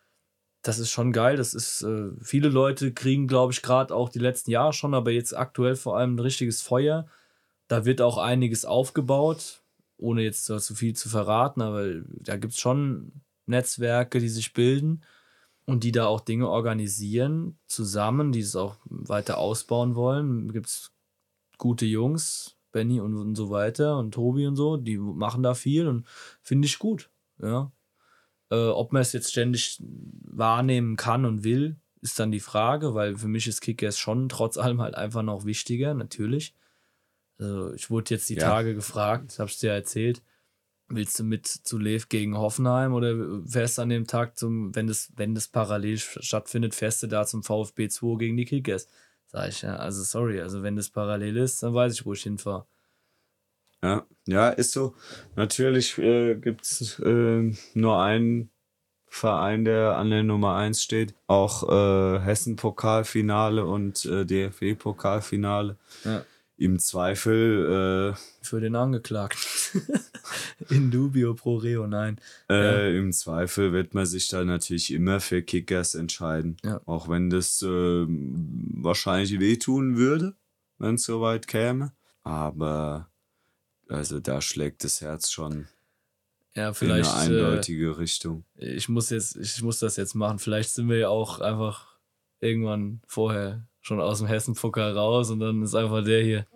Speaker 1: das ist schon geil. Das ist, äh, viele Leute kriegen, glaube ich, gerade auch die letzten Jahre schon, aber jetzt aktuell vor allem ein richtiges Feuer. Da wird auch einiges aufgebaut, ohne jetzt so zu viel zu verraten, aber da gibt es schon Netzwerke, die sich bilden und die da auch Dinge organisieren, zusammen, die es auch weiter ausbauen wollen. Gibt es gute Jungs, Benny und, und so weiter und Tobi und so, die machen da viel und finde ich gut. Ja. Äh, ob man es jetzt ständig wahrnehmen kann und will, ist dann die Frage, weil für mich ist Kickers schon trotz allem halt einfach noch wichtiger, natürlich. Also ich wurde jetzt die
Speaker 2: Ja.
Speaker 1: Tage gefragt, hab's dir ja erzählt, willst du mit zu Lev gegen Hoffenheim oder fährst du an dem Tag zum, wenn das, wenn das parallel stattfindet, fährst du da zum VfB zwei gegen die Kickers? Sag ich, ja, also sorry, also wenn das parallel ist, dann weiß ich, wo ich hinfahre.
Speaker 2: Ja, ja, ist so. Natürlich äh, gibt es äh, nur einen Verein, der an der Nummer eins steht. Auch äh, Hessen-Pokalfinale und äh, D F B-Pokalfinale.
Speaker 1: Ja.
Speaker 2: Im Zweifel, äh,
Speaker 1: Für den Angeklagten. In dubio pro reo, nein.
Speaker 2: äh, im Zweifel wird man sich da natürlich immer für Kickers entscheiden.
Speaker 1: Ja.
Speaker 2: Auch wenn das äh, wahrscheinlich wehtun würde, wenn es soweit käme. Aber also da schlägt das Herz schon
Speaker 1: Ja,
Speaker 2: in
Speaker 1: vielleicht.
Speaker 2: eine eindeutige äh, Richtung.
Speaker 1: Ich muss jetzt, ich muss das jetzt machen. Vielleicht sind wir ja auch einfach irgendwann vorher schon aus dem Hessen-Pokal raus und dann ist einfach der hier.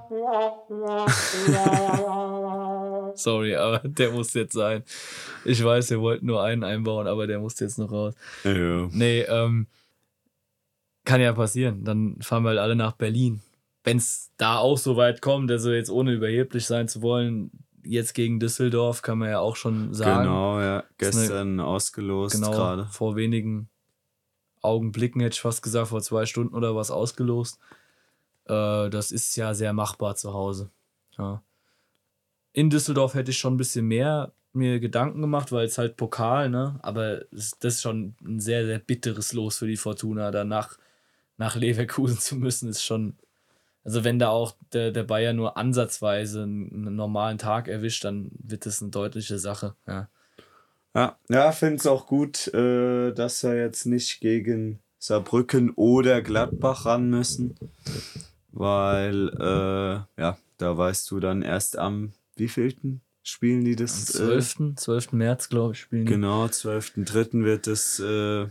Speaker 1: Sorry, aber der muss jetzt sein. Ich weiß, wir wollten nur einen einbauen, aber der muss jetzt noch raus.
Speaker 2: Ja.
Speaker 1: Nee, ähm, kann ja passieren. Dann fahren wir halt alle nach Berlin. Wenn es da auch so weit kommt, also jetzt ohne überheblich sein zu wollen, jetzt gegen Düsseldorf kann man ja auch schon sagen.
Speaker 2: Genau, ja. Gestern
Speaker 1: eine,
Speaker 2: ausgelost
Speaker 1: genau,
Speaker 2: gerade.
Speaker 1: Vor wenigen Augenblicken, hätte ich fast gesagt, vor zwei Stunden oder was ausgelost. Äh, das ist ja sehr machbar zu Hause. Ja. In Düsseldorf hätte ich schon ein bisschen mehr mir Gedanken gemacht, weil es halt Pokal, ne? Aber das ist schon ein sehr, sehr bitteres Los für die Fortuna. Danach nach Leverkusen zu müssen, ist schon. Also, wenn da auch der, der Bayer nur ansatzweise einen normalen Tag erwischt, dann wird das eine deutliche Sache. Ja,
Speaker 2: ja, ja, finde es auch gut, äh, dass wir jetzt nicht gegen Saarbrücken oder Gladbach ran müssen. Weil, äh, ja, da weißt du dann erst am wievielten spielen die das?
Speaker 1: Am zwölften zwölften März, glaube ich, spielen die.
Speaker 2: Genau, zwölften dritten wird das äh,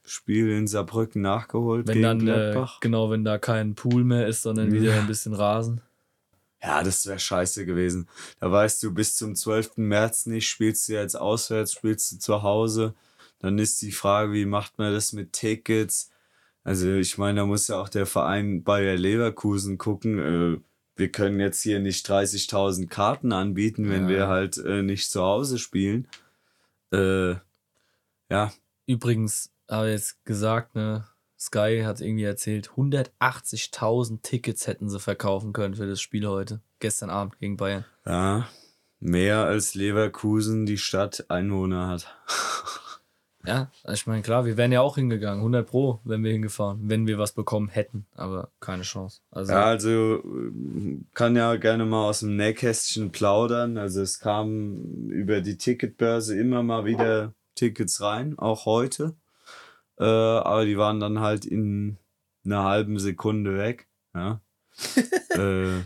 Speaker 2: Spiel in Saarbrücken nachgeholt
Speaker 1: wenn
Speaker 2: gegen
Speaker 1: dann,
Speaker 2: Gladbach.
Speaker 1: Äh, genau, wenn da kein Pool mehr ist, sondern wieder ein bisschen Rasen.
Speaker 2: Ja, das wäre scheiße gewesen. Da weißt du, bis zum zwölften März nicht, spielst du jetzt auswärts, spielst du zu Hause. Dann ist die Frage, wie macht man das mit Tickets? Also ich meine, da muss ja auch der Verein Bayer Leverkusen gucken. Äh, wir können jetzt hier nicht dreißigtausend Karten anbieten, wenn
Speaker 1: Ja.
Speaker 2: wir halt äh, nicht zu Hause spielen. Äh, ja.
Speaker 1: Übrigens, habe ich jetzt gesagt, ne, Sky hat irgendwie erzählt, hundertachtzigtausend Tickets hätten sie verkaufen können für das Spiel heute, gestern Abend gegen Bayern.
Speaker 2: Ja, mehr als Leverkusen die Stadt Einwohner hat.
Speaker 1: Ja, ich meine, klar, wir wären ja auch hingegangen, hundert Pro, wenn wir hingefahren, wenn wir was bekommen hätten, aber keine Chance. Also,
Speaker 2: Ja, also kann ja gerne mal aus dem Nähkästchen plaudern. Also es kamen über die Ticketbörse immer mal wieder Tickets rein, auch heute. Äh, aber die waren dann halt in einer halben Sekunde weg. Ja. äh,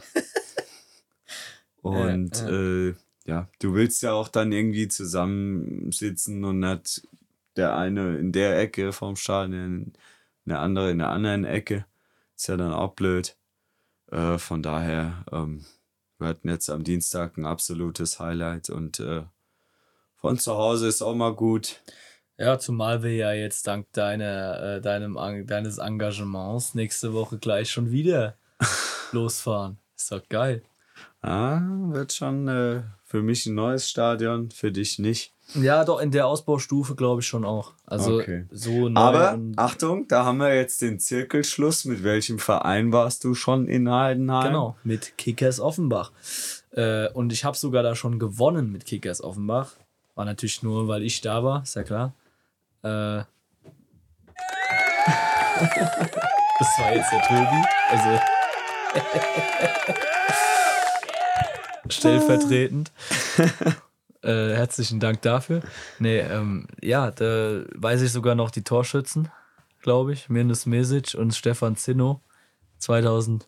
Speaker 2: und
Speaker 1: Ja, ja.
Speaker 2: Äh, ja, du willst ja auch dann irgendwie zusammensitzen und nicht der eine in der Ecke vom Stadion, der andere in der anderen Ecke. Ist ja dann auch blöd. Äh, von daher, ähm, wir hatten jetzt am Dienstag ein absolutes Highlight und äh, von zu Hause ist auch mal gut.
Speaker 1: Ja, zumal wir ja jetzt dank deiner, äh, deinem, deines Engagements nächste Woche gleich schon wieder losfahren. Ist doch geil.
Speaker 2: Ah, wird schon äh, für mich ein neues Stadion, für dich nicht.
Speaker 1: Ja, doch, in der Ausbaustufe glaube ich schon auch. Also
Speaker 2: Okay.
Speaker 1: so neu.
Speaker 2: Aber
Speaker 1: und
Speaker 2: Achtung, da haben wir jetzt den Zirkelschluss. Mit welchem Verein warst du schon in Heidenheim?
Speaker 1: Genau, mit Kickers Offenbach. Äh, und ich habe sogar da schon gewonnen mit Kickers Offenbach. War natürlich nur, weil ich da war, ist ja klar. Äh, das war jetzt der Tobi. Also stellvertretend. äh, herzlichen Dank dafür. Nee, ähm, ja, da weiß ich sogar noch die Torschützen, glaube ich. Mirnes Mesic und Stefan Zinno. zweitausendacht,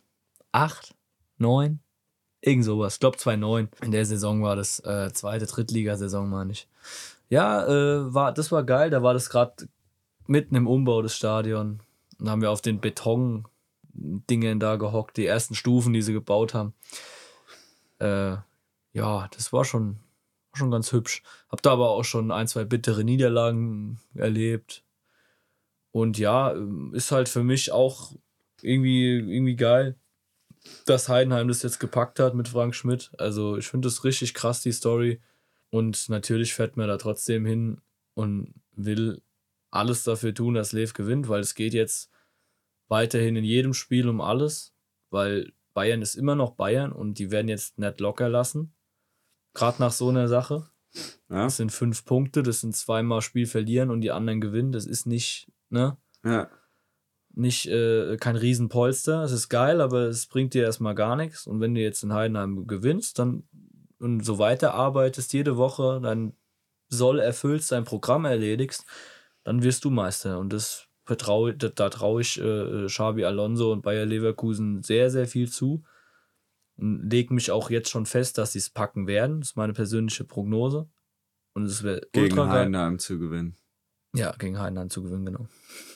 Speaker 1: neun, irgend sowas. Ich glaube zweitausendneun. In der Saison war das äh, zweite Drittligasaison, meine ich. Ja, äh, war, das war geil. Da war das gerade mitten im Umbau des Stadions. Dann haben wir auf den Beton-Dingen da gehockt, die ersten Stufen, die sie gebaut haben. Äh, ja, das war schon, schon ganz hübsch. Hab da aber auch schon ein, zwei bittere Niederlagen erlebt. Und ja, ist halt für mich auch irgendwie, irgendwie geil, dass Heidenheim das jetzt gepackt hat mit Frank Schmidt. Also ich finde das richtig krass, die Story. Und natürlich fährt man da trotzdem hin und will alles dafür tun, dass Lev gewinnt, weil es geht jetzt weiterhin in jedem Spiel um alles, weil Bayern ist immer noch Bayern und die werden jetzt nicht locker lassen. Gerade nach so einer Sache.
Speaker 2: Ja.
Speaker 1: Das sind fünf Punkte, das sind zweimal Spiel verlieren und die anderen gewinnen. Das ist nicht, ne?
Speaker 2: Ja.
Speaker 1: Nicht, äh, kein Riesenpolster. Es ist geil, aber es bringt dir erstmal gar nichts. Und wenn du jetzt in Heidenheim gewinnst, dann und so weiter arbeitest jede Woche, dein Soll erfüllst, dein Programm erledigst, dann wirst du Meister. Und das vertraue, da, da traue ich äh, Xabi Alonso und Bayer Leverkusen sehr, sehr viel zu. Und lege mich auch jetzt schon fest, dass sie es packen werden. Das ist meine persönliche Prognose. Und es wäre
Speaker 2: Gegen
Speaker 1: ultra geil.
Speaker 2: Heidenheim zu gewinnen.
Speaker 1: Ja, gegen Heidenheim zu gewinnen, genau.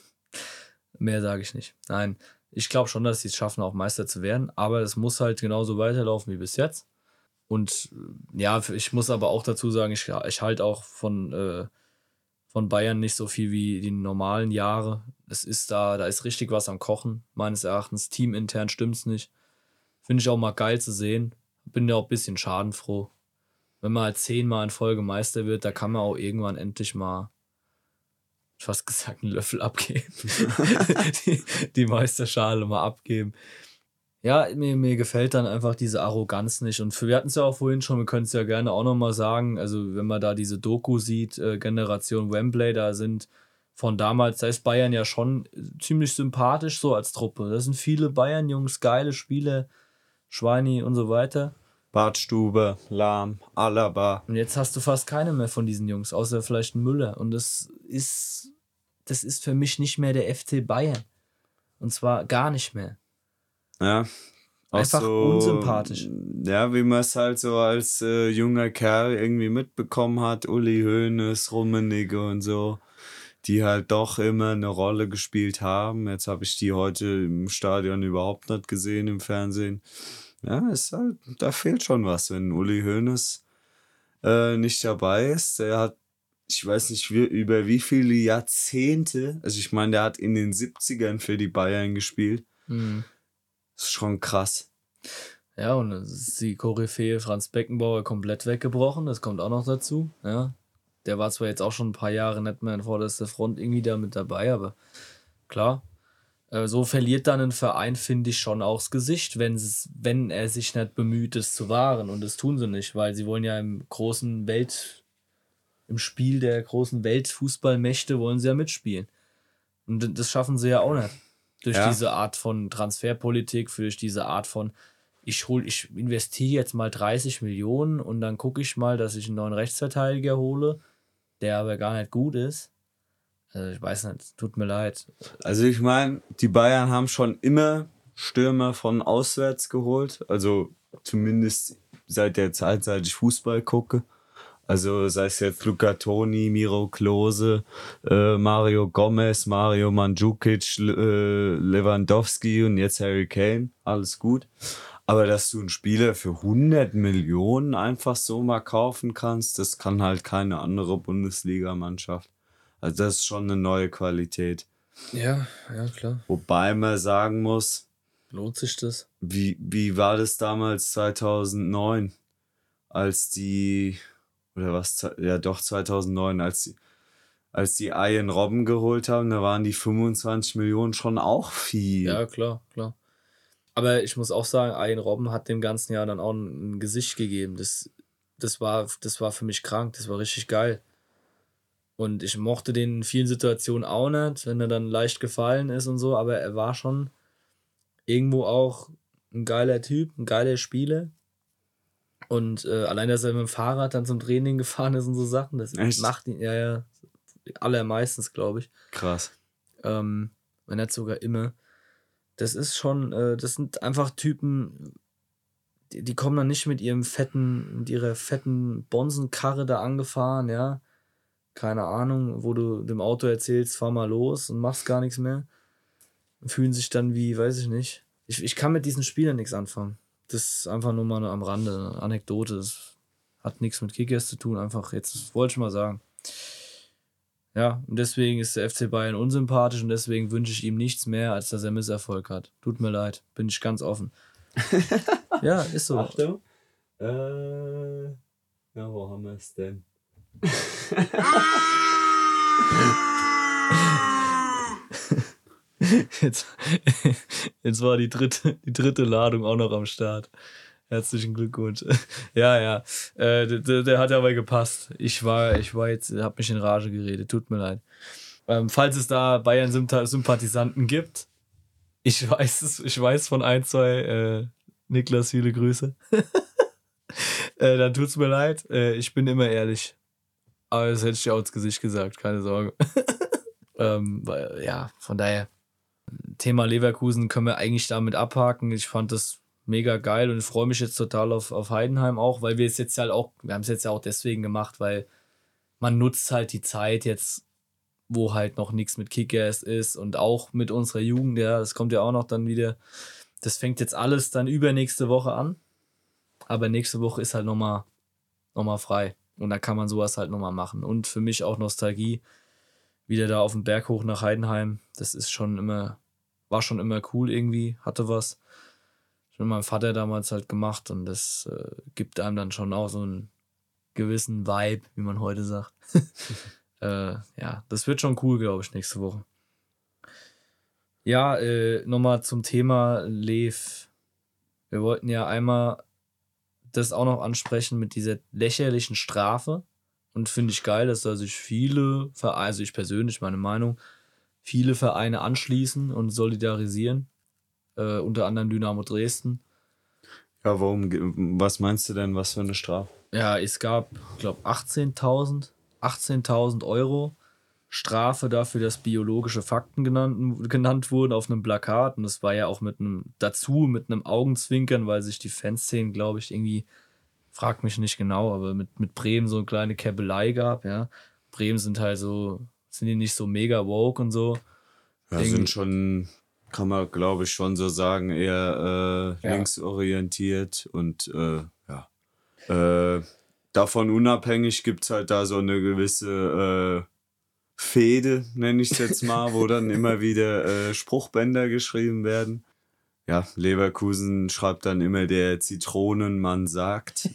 Speaker 1: Mehr sage ich nicht. Nein, ich glaube schon, dass sie es schaffen, auch Meister zu werden. Aber es muss halt genauso weiterlaufen wie bis jetzt. Und ja, ich muss aber auch dazu sagen, ich, ich halte auch von, äh, von Bayern nicht so viel wie die normalen Jahre. Es ist da, da ist richtig was am Kochen, meines Erachtens. Teamintern stimmt's nicht. Finde ich auch mal geil zu sehen. Bin ja auch ein bisschen schadenfroh. Wenn man halt zehnmal in Folge Meister wird, da kann man auch irgendwann endlich mal, fast gesagt, einen Löffel abgeben. die, die Meisterschale mal abgeben. Ja, mir, mir gefällt dann einfach diese Arroganz nicht. Und für, wir hatten es ja auch vorhin schon, wir können es ja gerne auch nochmal sagen, also wenn man da diese Doku sieht, äh, Generation Wembley, da sind von damals, da ist Bayern ja schon ziemlich sympathisch so als Truppe. Da sind viele Bayern-Jungs, geile Spieler, Schweini und so weiter.
Speaker 2: Bartstube, Lahm, Alaba.
Speaker 1: Und jetzt hast du fast keine mehr von diesen Jungs, außer vielleicht einen Müller. Und das ist, das ist für mich nicht mehr der F C Bayern. Und zwar gar nicht mehr.
Speaker 2: Ja. Auch
Speaker 1: Einfach
Speaker 2: so,
Speaker 1: unsympathisch.
Speaker 2: Ja, wie man es halt so als äh, junger Kerl irgendwie mitbekommen hat. Uli Hoeneß, Rummenigge und so. die halt doch immer eine Rolle gespielt haben. Jetzt habe ich die heute im Stadion überhaupt nicht gesehen, im Fernsehen. Ja, ist halt, da fehlt schon was, wenn Uli Hoeneß äh, nicht dabei ist. Der hat, ich weiß nicht, wie, über wie viele Jahrzehnte, also ich meine, der hat in den siebzigern für die Bayern gespielt.
Speaker 1: Mhm.
Speaker 2: Das ist schon krass.
Speaker 1: Ja, und es ist die Koryphäe Franz Beckenbauer komplett weggebrochen, das kommt auch noch dazu. Ja. Der war zwar jetzt auch schon ein paar Jahre nicht mehr in vorderster Front irgendwie da mit dabei, aber klar, äh, so verliert dann ein Verein, finde ich, schon auch das Gesicht, wenn, es, wenn er sich nicht bemüht, es zu wahren. Und das tun sie nicht, weil sie wollen ja im großen Welt, im Spiel der großen Weltfußballmächte wollen sie ja mitspielen. Und das schaffen sie ja auch nicht. Durch
Speaker 2: Ja.
Speaker 1: diese Art von Transferpolitik, durch diese Art von, ich hol, ich investiere jetzt mal dreißig Millionen und dann gucke ich mal, dass ich einen neuen Rechtsverteidiger hole, der aber gar nicht gut ist. Also ich weiß nicht, tut mir leid.
Speaker 2: Also ich meine, die Bayern haben schon immer Stürmer von auswärts geholt. Also zumindest seit der Zeit, seit ich Fußball gucke. Also sei es jetzt Luca Toni, Miro Klose, äh, Mario Gomez, Mario Mandzukic, äh, Lewandowski und jetzt Harry Kane. Alles gut. Aber dass du einen Spieler für hundert Millionen einfach so mal kaufen kannst, das kann halt keine andere Bundesligamannschaft. Also das ist schon eine neue Qualität.
Speaker 1: Ja, ja, klar.
Speaker 2: Wobei man sagen muss,
Speaker 1: Lohnt sich das?
Speaker 2: wie, wie war das damals zweitausendneun, als die, oder was, ja doch zweitausendneun, als die, als die Ian Robben geholt haben, da waren die fünfundzwanzig Millionen schon auch viel.
Speaker 1: Ja, klar, klar. Aber ich muss auch sagen, Ian Robben hat dem ganzen Jahr dann auch ein, ein Gesicht gegeben. Das, das, war, das war für mich krank, das war richtig geil. Und ich mochte den in vielen Situationen auch nicht, wenn er dann leicht gefallen ist und so, aber er war schon irgendwo auch ein geiler Typ, ein geiler Spieler. Und äh, allein, dass er mit dem Fahrrad dann zum Training gefahren ist und so Sachen, das
Speaker 2: Echt?
Speaker 1: macht ihn, ja, ja, allermeistens, glaube ich.
Speaker 2: Krass.
Speaker 1: Ähm, wenn nicht sogar immer. Das ist schon, äh, das sind einfach Typen, die, die kommen dann nicht mit ihrem fetten, mit ihrer fetten Bonsenkarre da angefahren, ja. Keine Ahnung, wo du dem Auto erzählst, fahr mal los und machst gar nichts mehr. Fühlen sich dann wie, weiß ich nicht. Ich, ich kann mit diesen Spielern nichts anfangen. Das ist einfach nur mal eine, am Rande, eine Anekdote. Das hat nichts mit Kickers zu tun, einfach jetzt, wollte ich mal sagen. Ja, und deswegen ist der F C Bayern unsympathisch und deswegen wünsche ich ihm nichts mehr, als dass er Misserfolg hat. Tut mir leid, bin ich ganz offen. Ja, ist so.
Speaker 2: Achtung. Äh, ja, wo haben wir es denn?
Speaker 1: Jetzt, jetzt war die dritte, die dritte Ladung auch noch am Start. Herzlichen Glückwunsch. Ja, ja. Äh, der, der hat aber gepasst. Ich war, ich war jetzt, hab mich in Rage geredet. Tut mir leid. Ähm, falls es da Bayern-Sympathisanten gibt, ich weiß es, ich weiß von ein, zwei, äh, Niklas, viele Grüße. äh, dann tut's mir leid. Äh, ich bin immer ehrlich. Aber das hätte ich dir auch ins Gesicht gesagt, keine Sorge. ähm, weil, ja, von daher. Thema Leverkusen können wir eigentlich damit abhaken. Ich fand das mega geil und ich freue mich jetzt total auf, auf Heidenheim auch, weil wir es jetzt halt auch, wir haben es jetzt ja auch deswegen gemacht, weil man nutzt halt die Zeit jetzt, wo halt noch nichts mit Kickers ist und auch mit unserer Jugend, ja, das kommt ja auch noch dann wieder. Das fängt jetzt alles dann übernächste Woche an, aber nächste Woche ist halt nochmal noch mal frei und da kann man sowas halt nochmal machen und für mich auch Nostalgie. Wieder da auf dem Berg hoch nach Heidenheim, das ist schon immer, war schon immer cool irgendwie, hatte was. Ich habe mit meinem Vater damals halt gemacht und das äh, gibt einem dann schon auch so einen gewissen Vibe, wie man heute sagt. äh, ja, das wird schon cool, glaube ich, nächste Woche. Ja, äh, nochmal zum Thema Lev. Wir wollten ja einmal das auch noch ansprechen mit dieser lächerlichen Strafe. Und finde ich geil, dass da sich viele Vereine, also ich persönlich, meine Meinung, viele Vereine anschließen und solidarisieren. Äh, unter anderem Dynamo Dresden.
Speaker 2: Ja, warum, was meinst du denn, was für eine Strafe?
Speaker 1: Ja, es gab, ich glaube, achtzehntausend Euro Strafe dafür, dass biologische Fakten genannt, genannt wurden auf einem Plakat. Und das war ja auch mit einem, dazu mit einem Augenzwinkern, weil sich die Fanszenen, glaube ich, irgendwie, frag mich nicht genau, aber mit, mit Bremen so eine kleine Käbelei gab, ja. Bremen sind halt so sind die nicht so mega woke und so.
Speaker 2: Ja,
Speaker 1: Irgendwie-
Speaker 2: sind schon, kann man glaube ich schon so sagen, eher äh,
Speaker 1: Ja.
Speaker 2: linksorientiert und äh, ja. Äh, davon unabhängig gibt es halt da so eine gewisse äh, Fehde, nenne ich es jetzt mal, wo dann immer wieder äh, Spruchbänder geschrieben werden. Ja, Leverkusen schreibt dann immer der Zitronenmann sagt.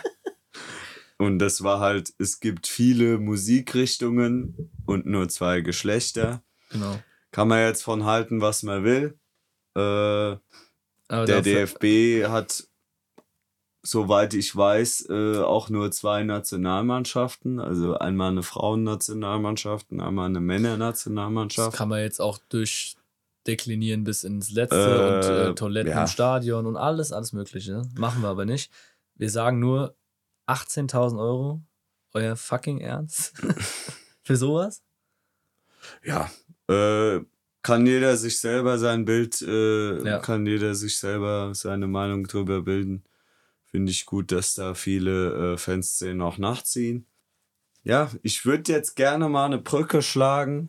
Speaker 2: Und das war halt, es gibt viele Musikrichtungen und nur zwei Geschlechter.
Speaker 1: Genau.
Speaker 2: Kann man jetzt von halten, was man will. Äh,
Speaker 1: Aber
Speaker 2: der
Speaker 1: dafür-
Speaker 2: D F B hat, soweit ich weiß, äh, auch nur zwei Nationalmannschaften. Also einmal eine Frauennationalmannschaft und einmal eine
Speaker 1: Das
Speaker 2: Männernationalmannschaft.
Speaker 1: kann man jetzt auch durchdeklinieren bis ins Letzte
Speaker 2: Äh,
Speaker 1: und äh, Toiletten
Speaker 2: ja.
Speaker 1: im Stadion und alles, alles Mögliche. Machen wir aber nicht. Wir sagen nur achtzehntausend Euro. Euer fucking Ernst? Für sowas?
Speaker 2: Ja, äh, kann jeder sich selber sein Bild, äh,
Speaker 1: Ja.
Speaker 2: kann jeder sich selber seine Meinung drüber bilden. Finde ich gut, dass da viele äh, Fanszenen auch nachziehen. Ja, ich würde jetzt gerne mal eine Brücke schlagen.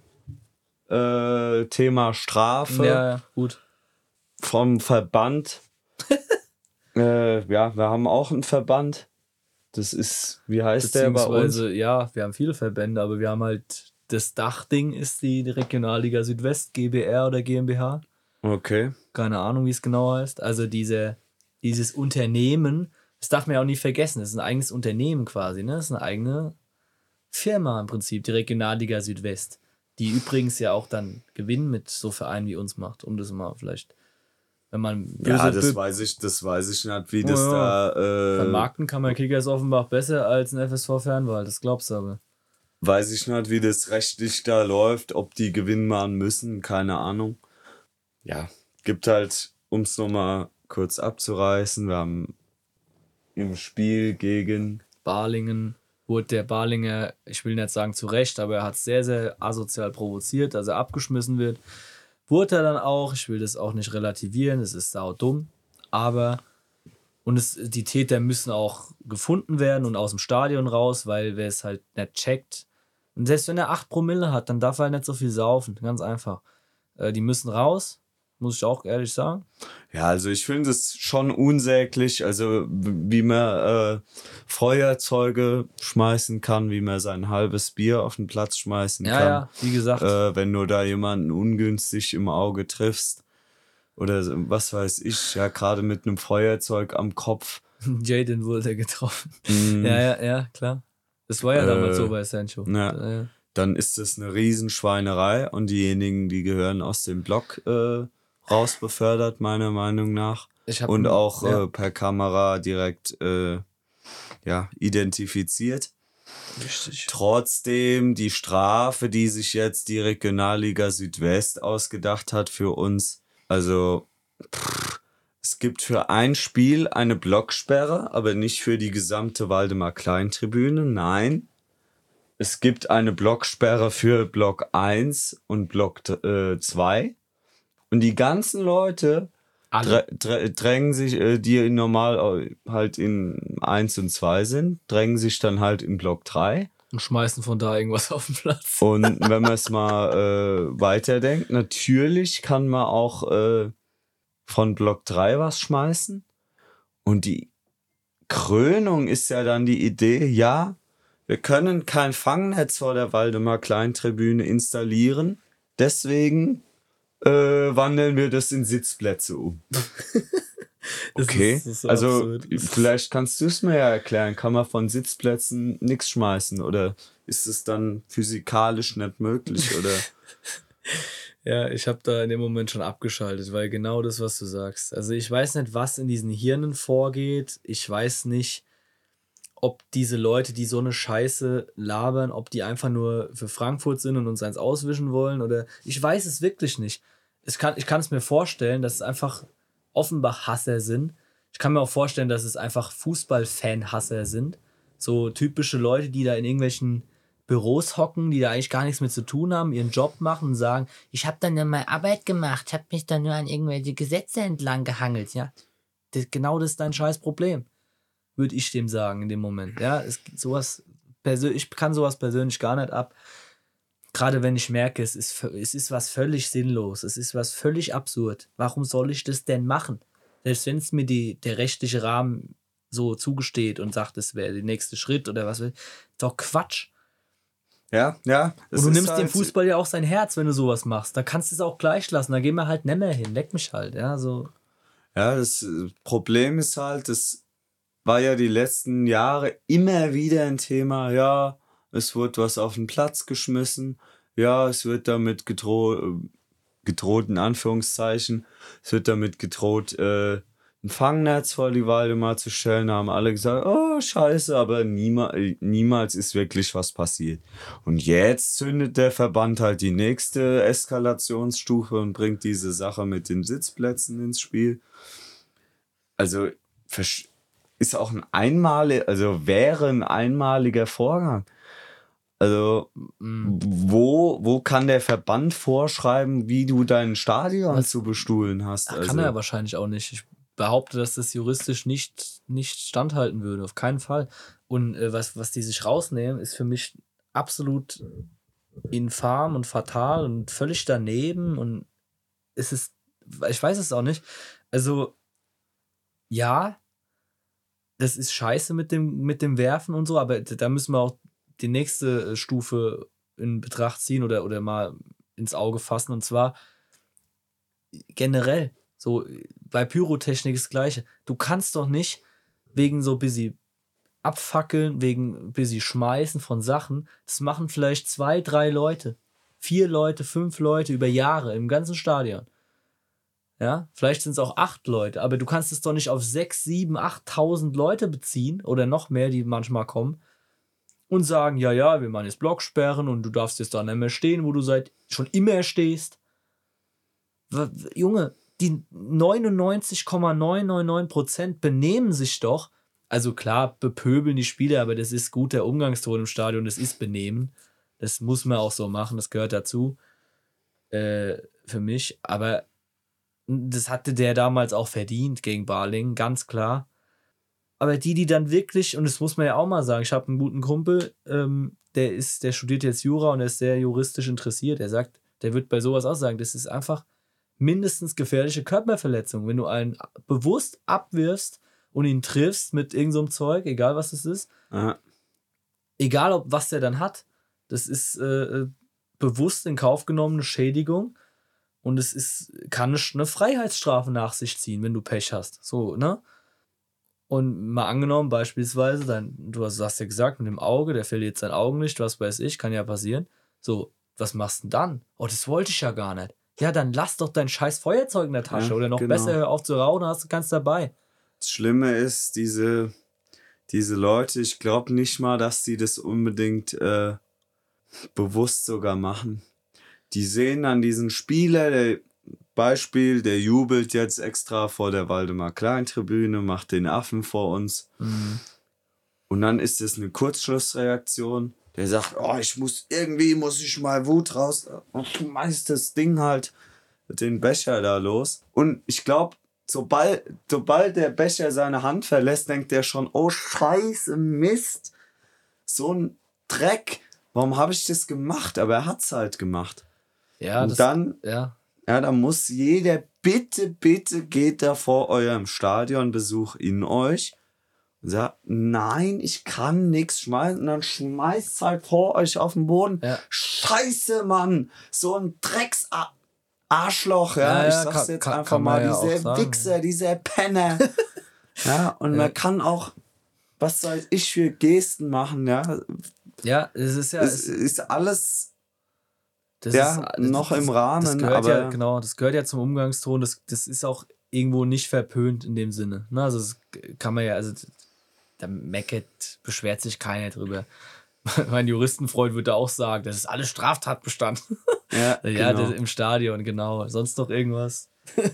Speaker 2: Äh, Thema Strafe
Speaker 1: Ja, ja, gut.
Speaker 2: vom Verband. äh, ja, wir haben auch einen Verband. Das ist, wie heißt der bei uns?
Speaker 1: Beziehungsweise, ja, wir haben viele Verbände, aber wir haben halt, das Dachding ist die Regionalliga Südwest, G B R oder GmbH.
Speaker 2: Okay.
Speaker 1: Keine Ahnung, wie es genau heißt. Also diese, dieses Unternehmen, das darf man ja auch nie vergessen, das ist ein eigenes Unternehmen quasi, ne? Das ist eine eigene Firma im Prinzip, die Regionalliga Südwest. Die übrigens ja auch dann Gewinn mit so Vereinen wie uns macht, um das mal vielleicht, wenn man böse,
Speaker 2: Ja, das
Speaker 1: bö-
Speaker 2: weiß ich, das weiß ich nicht, wie das
Speaker 1: Oh ja.
Speaker 2: da, äh,
Speaker 1: vermarkten kann man Kickers Offenbach besser als ein F S V Fernwald, das glaubst du aber.
Speaker 2: weiß ich nicht, wie das rechtlich da läuft, ob die Gewinn machen müssen, keine Ahnung. Ja, gibt halt, um es nochmal kurz abzureißen, wir haben im Spiel gegen,
Speaker 1: Balingen wurde der Balinger, ich will nicht sagen zu Recht, aber er hat sehr, sehr asozial provoziert, dass er abgeschmissen wird. Wurde er dann auch, ich will das auch nicht relativieren, es ist saudumm, aber und es, die Täter müssen auch gefunden werden und aus dem Stadion raus, weil wer es halt nicht checkt. Und selbst wenn er acht Promille hat, dann darf er halt nicht so viel saufen, ganz einfach. Äh, die müssen raus, muss ich auch ehrlich sagen.
Speaker 2: ja, also ich finde es schon unsäglich, also w- wie man äh, Feuerzeuge schmeißen kann, wie man sein halbes Bier auf den Platz schmeißen
Speaker 1: Ja,
Speaker 2: kann.
Speaker 1: ja, wie gesagt.
Speaker 2: Äh, wenn du da jemanden ungünstig im Auge triffst oder so, was weiß ich, ja, gerade mit einem Feuerzeug am Kopf.
Speaker 1: Jaden wurde getroffen.
Speaker 2: Mm,
Speaker 1: Ja, ja, ja, klar. Das war ja
Speaker 2: Äh,
Speaker 1: damals so bei Sancho.
Speaker 2: ja.
Speaker 1: Ja, ja.
Speaker 2: Dann ist es eine Riesenschweinerei und diejenigen, die gehören aus dem Block äh, rausbefördert, meiner Meinung nach.
Speaker 1: Ich hab
Speaker 2: Und
Speaker 1: n-
Speaker 2: auch
Speaker 1: ja.
Speaker 2: äh, per Kamera direkt äh, ja, identifiziert.
Speaker 1: Richtig.
Speaker 2: Trotzdem die Strafe, die sich jetzt die Regionalliga Südwest ausgedacht hat für uns. Also pff, es gibt für ein Spiel eine Blocksperre, aber nicht für die gesamte Waldemar-Klein-Tribüne. Nein, es gibt eine Blocksperre für Block eins und Block zwei. Und die ganzen Leute
Speaker 1: Alle.
Speaker 2: drä drä drängen sich, äh, die normal halt in eins und zwei sind, drängen sich dann halt in Block drei.
Speaker 1: Und schmeißen von da irgendwas auf den Platz.
Speaker 2: Und wenn man es mal äh, weiterdenkt, natürlich kann man auch äh, von Block drei was schmeißen. Und die Krönung ist ja dann die Idee, ja, wir können kein Fangnetz vor der Waldemar-Klein-Tribüne installieren. Deswegen äh, wandeln wir das in Sitzplätze um.
Speaker 1: Das
Speaker 2: Okay,
Speaker 1: ist- das ist so
Speaker 2: also
Speaker 1: absurd.
Speaker 2: vielleicht kannst du es mir ja erklären. Kann man von Sitzplätzen nichts schmeißen oder ist es dann physikalisch nicht möglich? Oder
Speaker 1: Ja, ich habe da in dem Moment schon abgeschaltet, weil genau das, was du sagst. Also ich weiß nicht, was in diesen Hirnen vorgeht. Ich weiß nicht, ob diese Leute, die so eine Scheiße labern, ob die einfach nur für Frankfurt sind und uns eins auswischen wollen oder ich weiß es wirklich nicht. Es kann, ich kann es mir vorstellen, dass es einfach Offenbach-Hasser sind. Ich kann mir auch vorstellen, dass es einfach Fußball-Fan-Hasser sind. So typische Leute, die da in irgendwelchen Büros hocken, die da eigentlich gar nichts mit zu tun haben, ihren Job machen und sagen, ich habe dann nur meine Arbeit gemacht, habe mich dann nur an irgendwelche Gesetze entlang gehangelt. Ja, das, genau das ist dein scheiß Problem, würde ich dem sagen in dem Moment. Ja, es, sowas persö- ich kann sowas persönlich gar nicht ab. gerade wenn ich merke, es ist, es ist was völlig sinnlos, es ist was völlig absurd. Warum soll ich das denn machen? Selbst wenn es mir die, der rechtliche Rahmen so zugesteht und sagt, es wäre der nächste Schritt oder was, ist doch Quatsch.
Speaker 2: Ja, ja.
Speaker 1: Und du nimmst halt dem Fußball ja auch sein Herz, wenn du sowas machst. Da kannst du es auch gleich lassen, da gehen wir halt nicht mehr hin, leck mich halt, ja, so.
Speaker 2: Ja, das Problem ist halt, das war ja die letzten Jahre immer wieder ein Thema, ja, es wird was auf den Platz geschmissen, ja, es wird damit gedroht, gedroht in Anführungszeichen, es wird damit gedroht, äh, ein Fangnetz vor die Waldemar zu stellen, haben alle gesagt, oh, scheiße, aber niemals, niemals ist wirklich was passiert. Und jetzt zündet der Verband halt die nächste Eskalationsstufe und bringt diese Sache mit den Sitzplätzen ins Spiel. Also, ist auch ein einmaliger, also wäre ein einmaliger Vorgang. Also, wo, wo kann der Verband vorschreiben, wie du dein Stadion was, zu bestuhlen hast?
Speaker 1: Ach,
Speaker 2: also,
Speaker 1: kann er wahrscheinlich auch nicht. Ich behaupte, dass das juristisch nicht, nicht standhalten würde, auf keinen Fall. Und äh, was, was die sich rausnehmen, ist für mich absolut infam und fatal und völlig daneben. Und es ist, ich weiß es auch nicht. Also, ja, das ist scheiße mit dem, mit dem Werfen und so, aber da müssen wir auch die nächste Stufe in Betracht ziehen oder, oder mal ins Auge fassen. Und zwar generell, so bei Pyrotechnik ist das Gleiche. Du kannst doch nicht wegen so busy abfackeln, wegen busy schmeißen von Sachen, das machen vielleicht zwei, drei Leute, vier Leute, fünf Leute über Jahre im ganzen Stadion. Ja, vielleicht sind es auch acht Leute, aber du kannst es doch nicht auf sechs, sieben, achttausend Leute beziehen oder noch mehr, die manchmal kommen und sagen, ja, ja, wir machen jetzt Blocksperren und du darfst jetzt da nicht mehr stehen, wo du seit schon immer stehst. Junge, die neunundneunzig Komma neunhundertneunundneunzig Prozent benehmen sich doch, also klar, bepöbeln die Spieler, aber das ist guter Umgangston im Stadion, das ist Benehmen, das muss man auch so machen, das gehört dazu, äh, für mich, aber das hatte der damals auch verdient gegen Balingen, ganz klar. Aber die, die dann wirklich, und das muss man ja auch mal sagen, ich habe einen guten Kumpel, ähm, der ist, der studiert jetzt Jura und er ist sehr juristisch interessiert. Er sagt, der wird bei sowas auch sagen, das ist einfach mindestens gefährliche Körperverletzung. Wenn du einen bewusst abwirfst und ihn triffst mit irgendeinem so Zeug, egal was es ist,
Speaker 2: Aha.
Speaker 1: egal ob was der dann hat, das ist äh, bewusst in Kauf genommene Schädigung. Und es ist, kann eine Freiheitsstrafe nach sich ziehen, wenn du Pech hast. So, ne? Und mal angenommen, beispielsweise, dein, du hast, hast ja gesagt, mit dem Auge, der verliert sein Augenlicht, was weiß ich, kann ja passieren. So, was machst du denn dann? Oh, das wollte ich ja gar nicht. Ja, dann lass doch dein scheiß Feuerzeug in der Tasche. Ja, oder noch genau. Besser, hör auf zu rauchen, hast du ganz dabei.
Speaker 2: Das Schlimme ist, diese, diese Leute, ich glaube nicht mal, dass die das unbedingt äh, bewusst sogar machen. Die sehen dann diesen Spieler, der Beispiel, der jubelt jetzt extra vor der Waldemar-Klein-Tribüne, macht den Affen vor uns. Mhm. Und dann ist es eine Kurzschlussreaktion. Der sagt, oh, ich muss, irgendwie muss ich mal Wut raus. Und schmeißt das Ding halt den Becher da los. Und ich glaube, sobald, sobald der Becher seine Hand verlässt, denkt der schon, oh Scheiße, Mist. So ein Dreck. Warum habe ich das gemacht? Aber er hat es halt gemacht.
Speaker 1: Ja,
Speaker 2: und
Speaker 1: das,
Speaker 2: dann,
Speaker 1: ja.
Speaker 2: ja, da muss jeder, bitte, bitte geht da vor eurem Stadionbesuch in euch und sagt, nein, ich kann nichts schmeißen. Und dann schmeißt halt vor euch auf den Boden. Ja. Scheiße, Mann, so ein Drecks-Arschloch, ja. ja, ja, ich sag's kann, jetzt kann, einfach kann mal, dieser ja Wichser, dieser Penner. Ja, und ja. man kann auch, was soll ich für Gesten machen, ja.
Speaker 1: Ja, es ist ja.
Speaker 2: Es, es ist alles.
Speaker 1: Das
Speaker 2: ja,
Speaker 1: ist,
Speaker 2: noch
Speaker 1: das,
Speaker 2: im Rahmen,
Speaker 1: das gehört
Speaker 2: aber
Speaker 1: ja, genau, das gehört ja zum Umgangston, das, das ist auch irgendwo nicht verpönt in dem Sinne. Ne? Also das kann man ja, also da meckert, beschwert sich keiner drüber. Mein Juristenfreund würde auch sagen, das ist alles Straftatbestand.
Speaker 2: Ja,
Speaker 1: ja,
Speaker 2: genau.
Speaker 1: das im Stadion, genau. Sonst noch irgendwas.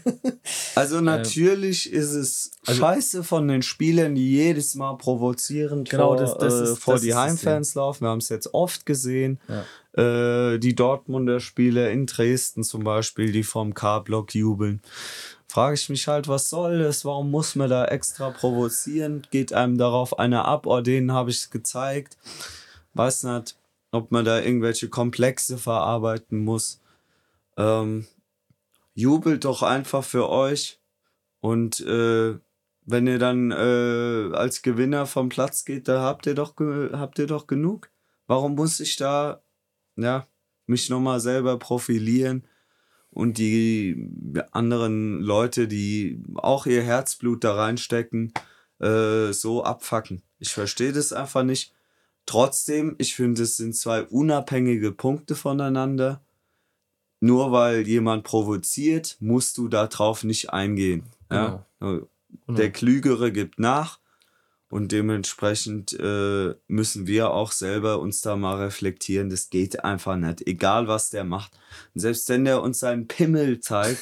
Speaker 2: Also natürlich ähm, ist es also, scheiße von den Spielern, die jedes Mal provozierend
Speaker 1: genau,
Speaker 2: vor,
Speaker 1: das, das ist,
Speaker 2: äh, vor
Speaker 1: das
Speaker 2: die
Speaker 1: ist
Speaker 2: Heimfans laufen. Wir haben es jetzt oft gesehen.
Speaker 1: Ja.
Speaker 2: Äh, die Dortmunder Spieler in Dresden zum Beispiel, die vom K-Block jubeln. Frage ich mich halt, was soll das? Warum muss man da extra provozieren? Geht einem darauf einer ab? Oh, denen habe ich es gezeigt. Weiß nicht. ob man da irgendwelche Komplexe verarbeiten muss. Ähm, jubelt doch einfach für euch und äh, wenn ihr dann äh, als Gewinner vom Platz geht, da habt ihr doch ge- habt ihr doch genug. Warum muss ich da ja mich nochmal selber profilieren und die anderen Leute, die auch ihr Herzblut da reinstecken, äh, so abfacken? Ich verstehe das einfach nicht. Trotzdem, ich finde, es sind zwei unabhängige Punkte voneinander. Nur weil jemand provoziert, musst du darauf nicht eingehen. Ja?
Speaker 1: Genau.
Speaker 2: Der Klügere gibt nach und dementsprechend äh, müssen wir auch selber uns da mal reflektieren. Das geht einfach nicht, egal was der macht. Und selbst wenn der uns seinen Pimmel zeigt,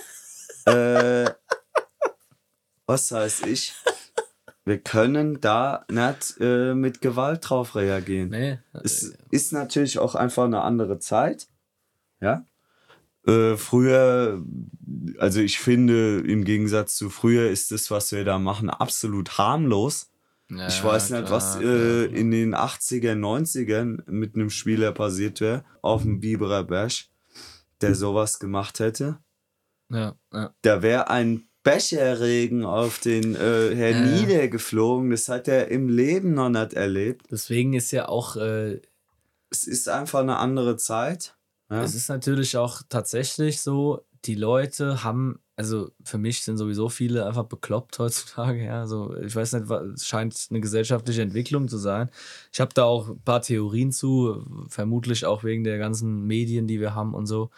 Speaker 2: äh, was weiß ich, wir können da nicht äh, mit Gewalt drauf reagieren.
Speaker 1: Nee.
Speaker 2: Es ist natürlich auch einfach eine andere Zeit. Ja. Äh, früher, also ich finde, im Gegensatz zu früher ist das, was wir da machen, absolut harmlos. Ja, ich weiß nicht, klar, was äh, klar, klar. in den achtzigern, neunzigern mit einem Spieler passiert wäre, auf dem Biberer Berg, der sowas gemacht hätte.
Speaker 1: Ja, ja.
Speaker 2: Da wäre ein Becherregen auf den äh, Herr ja. niedergeflogen. Das hat er im Leben noch nicht erlebt.
Speaker 1: Deswegen ist ja auch... Äh,
Speaker 2: es ist einfach eine andere Zeit. Ja.
Speaker 1: Es ist natürlich auch tatsächlich so, die Leute haben, also für mich sind sowieso viele einfach bekloppt heutzutage, ja, also ich weiß nicht, es scheint eine gesellschaftliche Entwicklung zu sein. Ich habe da auch ein paar Theorien zu, vermutlich auch wegen der ganzen Medien, die wir haben und so.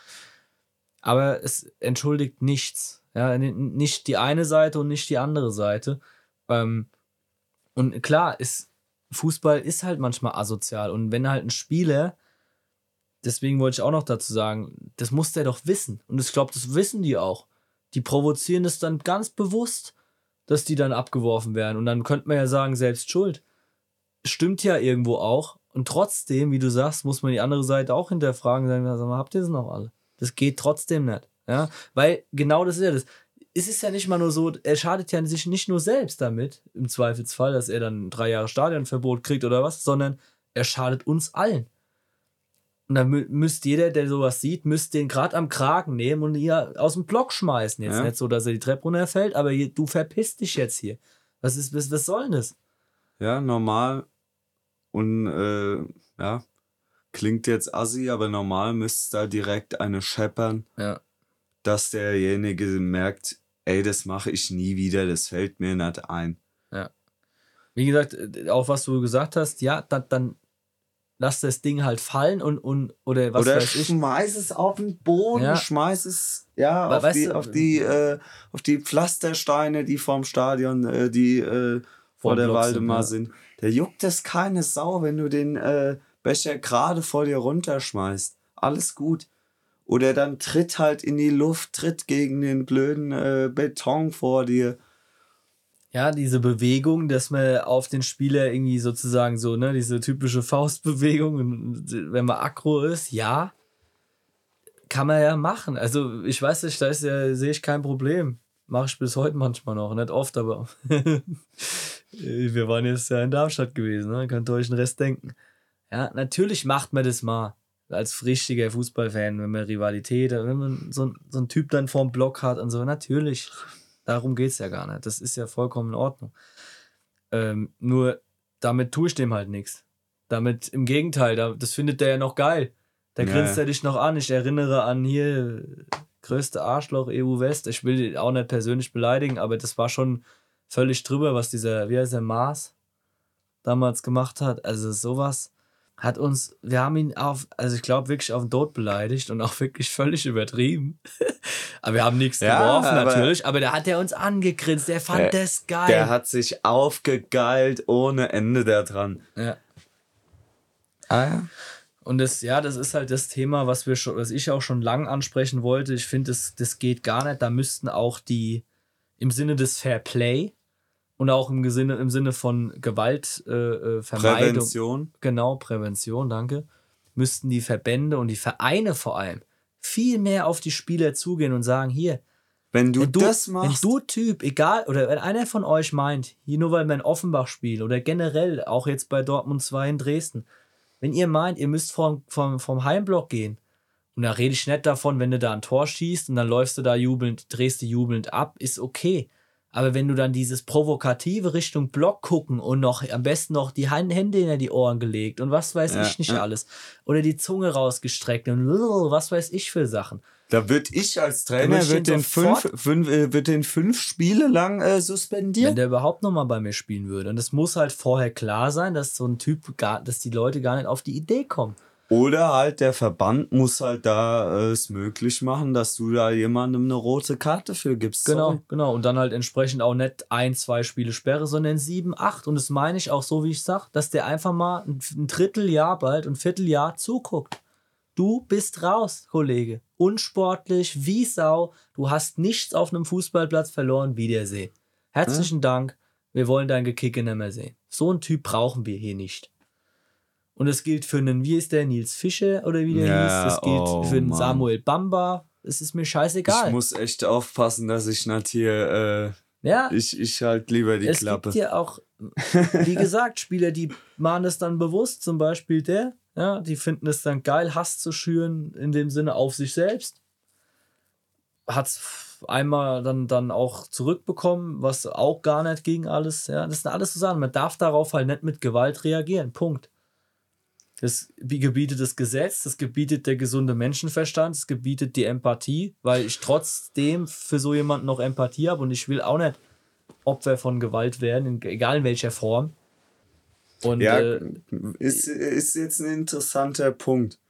Speaker 1: Aber es entschuldigt nichts, ja, nicht die eine Seite und nicht die andere Seite. Ähm, und klar, ist, Fußball ist halt manchmal asozial und wenn halt ein Spieler, deswegen wollte ich auch noch dazu sagen, das muss der doch wissen. Und ich glaube, das wissen die auch. Die provozieren das dann ganz bewusst, dass die dann abgeworfen werden. Und dann könnte man ja sagen, selbst schuld. Stimmt ja irgendwo auch. Und trotzdem, wie du sagst, muss man die andere Seite auch hinterfragen und sagen, sag mal, habt ihr das noch alle? Das geht trotzdem nicht. Ja? Weil genau das ist ja das. Es ist ja nicht mal nur so, er schadet ja sich nicht nur selbst damit, im Zweifelsfall, dass er dann drei Jahre Stadionverbot kriegt oder was, sondern er schadet uns allen. Und dann mü- müsste jeder, der sowas sieht, müsste den gerade am Kragen nehmen und hier aus dem Block schmeißen. Jetzt ja. nicht so, dass er die Treppe runterfällt, aber hier, du verpisst dich jetzt hier. Was ist, was, was soll denn das?
Speaker 2: Ja, normal. Und äh, ja, klingt jetzt assi, aber normal müsste da direkt eine scheppern,
Speaker 1: ja.
Speaker 2: dass derjenige merkt, ey, das mache ich nie wieder, das fällt mir nicht ein.
Speaker 1: Ja. Wie gesagt, auch was du gesagt hast, ja, dann, dann lass das Ding halt fallen und, und oder was
Speaker 2: oder
Speaker 1: weiß ich.
Speaker 2: schmeiß es auf den Boden, ja. schmeiß es ja auf die, du, auf die äh, auf die Pflastersteine, die vorm Stadion, äh, die äh, vor der Waldemar sind. Ja. sind. Der juckt es keine Sau, wenn du den äh, Becher gerade vor dir runterschmeißt. Alles gut. Oder dann tritt halt in die Luft, tritt gegen den blöden äh, Beton vor dir.
Speaker 1: Ja, diese Bewegung, dass man auf den Spieler irgendwie sozusagen so, ne, diese typische Faustbewegung, wenn man aggro ist, ja, kann man ja machen. Also ich weiß nicht, da ist ja, sehe ich kein Problem. Mache ich bis heute manchmal noch, nicht oft, aber wir waren jetzt ja in Darmstadt gewesen, ne? Könnt ihr euch den Rest denken. Ja, natürlich macht man das mal als richtiger Fußballfan, wenn man Rivalität, wenn man so, so einen Typ dann vorm Block hat und so, natürlich. Darum geht es ja gar nicht. Das ist ja vollkommen in Ordnung. Ähm, nur damit tue ich dem halt nichts. Damit, im Gegenteil, da, das findet der ja noch geil. Da ja. grinst er dich noch an. Ich erinnere an hier, größte Arschloch, E U West. Ich will ihn auch nicht persönlich beleidigen, aber das war schon völlig drüber, was dieser, wie heißt der, Maas damals gemacht hat. Also sowas hat uns, wir haben ihn auf, also ich glaube wirklich auf den Tod beleidigt und auch wirklich völlig übertrieben. Aber wir haben nichts ja, geworfen aber natürlich, aber da hat er uns angegrinst, der fand der, das geil.
Speaker 2: Der hat sich aufgegeilt ohne Ende da dran.
Speaker 1: Ja.
Speaker 2: Ah ja.
Speaker 1: Und das, ja, das ist halt das Thema, was wir schon, was ich auch schon lang ansprechen wollte. Ich finde, das, das geht gar nicht. Da müssten auch die, im Sinne des Fair Play und auch im Sinne, im Sinne von Gewaltvermeidung. Äh,
Speaker 2: Prävention.
Speaker 1: Genau, Prävention, danke. Müssten die Verbände und die Vereine vor allem viel mehr auf die Spieler zugehen und sagen, hier,
Speaker 2: wenn du,
Speaker 1: wenn du
Speaker 2: das machst,
Speaker 1: wenn du Typ, egal, oder wenn einer von euch meint, hier nur weil wir in Offenbach spielen oder generell auch jetzt bei Dortmund zwei in Dresden, Wenn ihr meint, ihr müsst vom, vom, vom Heimblock gehen, und da rede ich nicht davon, wenn du da ein Tor schießt und dann läufst du da jubelnd, drehst du jubelnd ab, ist okay. Aber wenn du dann dieses provokative Richtung Block gucken und noch am besten noch die Hände in die Ohren gelegt und was weiß
Speaker 2: Ja,
Speaker 1: ich nicht
Speaker 2: ja.
Speaker 1: alles. Oder die Zunge rausgestreckt und was weiß ich für Sachen.
Speaker 2: Da würde ich als
Speaker 1: Da würd
Speaker 2: Trainer
Speaker 1: ich
Speaker 2: wird
Speaker 1: den
Speaker 2: den, fünf,
Speaker 1: sofort-
Speaker 2: fünf, äh, wird den fünf Spiele lang äh,
Speaker 1: Wenn
Speaker 2: suspendiert.
Speaker 1: der überhaupt nochmal bei mir spielen würde. Und es muss halt vorher klar sein, dass so ein Typ gar, dass die Leute gar nicht auf die Idee kommen.
Speaker 2: Oder halt der Verband muss halt da äh, es möglich machen, dass du da jemandem eine rote Karte für gibst.
Speaker 1: Genau,
Speaker 2: Sorry.
Speaker 1: genau. Und dann halt entsprechend auch nicht ein, zwei Spiele Sperre, sondern sieben, acht. Und das meine ich auch so, wie ich sag, dass der einfach mal ein, ein Dritteljahr bald, ein Vierteljahr zuguckt. Du bist raus, Kollege. Unsportlich, wie Sau. Du hast nichts auf einem Fußballplatz verloren, wie der See. Herzlichen Dank. Wir wollen dein Gekicke nicht mehr sehen. So einen Typ brauchen wir hier nicht. Und es gilt für einen, wie ist der, Nils Fischer oder wie der
Speaker 2: Ja,
Speaker 1: hieß? Das gilt
Speaker 2: oh
Speaker 1: für einen
Speaker 2: Mann.
Speaker 1: Samuel Bamba. Es ist mir scheißegal.
Speaker 2: Ich muss echt aufpassen, dass ich nicht hier,
Speaker 1: ja,
Speaker 2: äh, ich, ich halt lieber die
Speaker 1: es
Speaker 2: Klappe.
Speaker 1: gibt ja auch, wie gesagt, Spieler, die machen es dann bewusst, zum Beispiel der, ja, die finden es dann geil, Hass zu schüren, in dem Sinne auf sich selbst. Hat es einmal dann, dann auch zurückbekommen, was auch gar nicht ging alles. Ja, das sind alles so Sachen. Man darf darauf halt nicht mit Gewalt reagieren. Punkt. Das gebietet das Gesetz, das gebietet der gesunde Menschenverstand, das gebietet die Empathie, weil ich trotzdem für so jemanden noch Empathie habe und ich will auch nicht Opfer von Gewalt werden, egal in welcher Form. Und
Speaker 2: Ja,
Speaker 1: äh,
Speaker 2: ist, ist jetzt ein interessanter Punkt.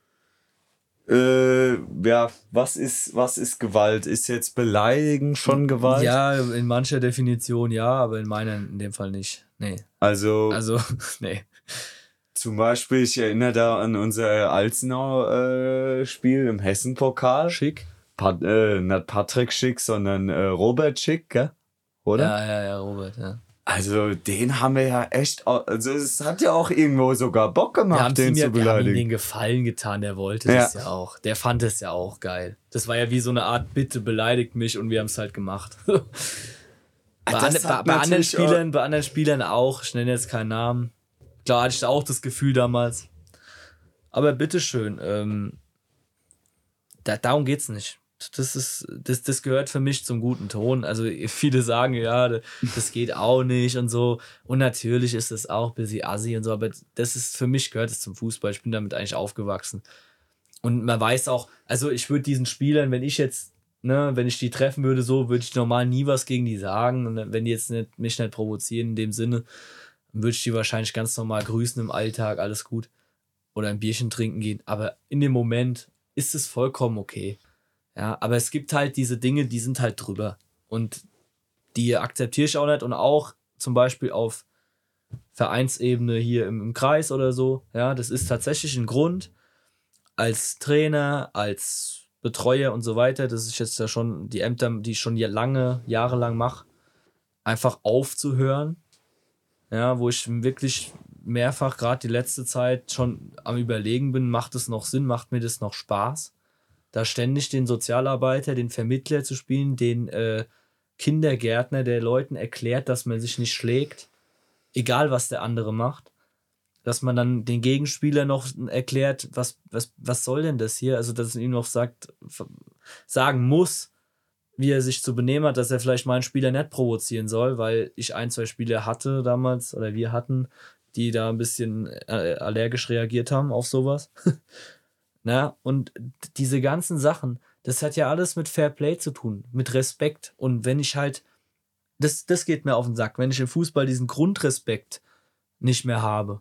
Speaker 2: Äh, ja, was ist, was ist Gewalt? Ist jetzt Beleidigen schon Gewalt?
Speaker 1: ja, in mancher Definition ja, aber in meiner in dem Fall nicht. Nee.
Speaker 2: Also,
Speaker 1: Also, nee.
Speaker 2: zum Beispiel, ich erinnere da an unser Alzenau-Spiel im Hessen-Pokal.
Speaker 1: Schick.
Speaker 2: Pat, äh, nicht Patrick Schick, sondern äh, Robert Schick, gell? Oder?
Speaker 1: Ja, ja, ja, Robert, ja.
Speaker 2: Also, den haben wir ja echt, au- also es hat ja auch irgendwo sogar Bock
Speaker 1: Wir
Speaker 2: gemacht,
Speaker 1: haben
Speaker 2: den
Speaker 1: ihm
Speaker 2: zu
Speaker 1: ja, wir haben ihm
Speaker 2: beleidigen.
Speaker 1: den Gefallen getan, der wollte
Speaker 2: Ja.
Speaker 1: das ja auch. Der fand es ja auch geil. Das war ja wie so eine Art Bitte, beleidigt mich und wir haben es halt gemacht. bei,
Speaker 2: Das
Speaker 1: an,
Speaker 2: hat
Speaker 1: bei, bei anderen
Speaker 2: natürlich auch-
Speaker 1: Spielern, bei anderen Spielern auch, ich nenne jetzt keinen Namen. Klar hatte ich auch das Gefühl damals. Aber bitteschön, ähm, da, darum geht's nicht. Das ist, das, das gehört für mich zum guten Ton. Also viele sagen, ja, das geht auch nicht und so. Und natürlich ist es auch ein bisschen assi und so, aber das ist, für mich gehört es zum Fußball. Ich bin damit eigentlich aufgewachsen. Und man weiß auch, also ich würde diesen Spielern, wenn ich jetzt, ne, wenn ich die treffen würde, so, würde ich normal nie was gegen die sagen. Und wenn die jetzt nicht, mich nicht provozieren in dem Sinne, dann würde ich die wahrscheinlich ganz normal grüßen im Alltag, alles gut. Oder ein Bierchen trinken gehen. Aber in dem Moment ist es vollkommen okay. Ja, aber es gibt halt diese Dinge, die sind halt drüber. Und die akzeptiere ich auch nicht. Und auch zum Beispiel auf Vereinsebene hier im, im Kreis oder so. Ja, das ist tatsächlich ein Grund, als Trainer, als Betreuer und so weiter, das ist jetzt ja schon die Ämter, die ich schon lange, jahrelang mache, einfach aufzuhören. Ja, wo ich wirklich mehrfach gerade die letzte Zeit schon am Überlegen bin, macht es noch Sinn, macht mir das noch Spaß? Da ständig den Sozialarbeiter, den Vermittler zu spielen, den äh, Kindergärtner, der Leuten erklärt, dass man sich nicht schlägt, egal was der andere macht. Dass man dann den Gegenspieler noch erklärt, was, was, was soll denn das hier? Also, dass man ihm noch sagt, sagen muss, wie er sich zu benehmen hat, dass er vielleicht meinen Spieler nicht provozieren soll, weil ich ein, zwei Spieler hatte damals, oder wir hatten, die da ein bisschen äh, allergisch reagiert haben auf sowas. Na, und diese ganzen Sachen, das hat ja alles mit Fair Play zu tun, mit Respekt. Und wenn ich halt, das, das geht mir auf den Sack, wenn ich im Fußball diesen Grundrespekt nicht mehr habe,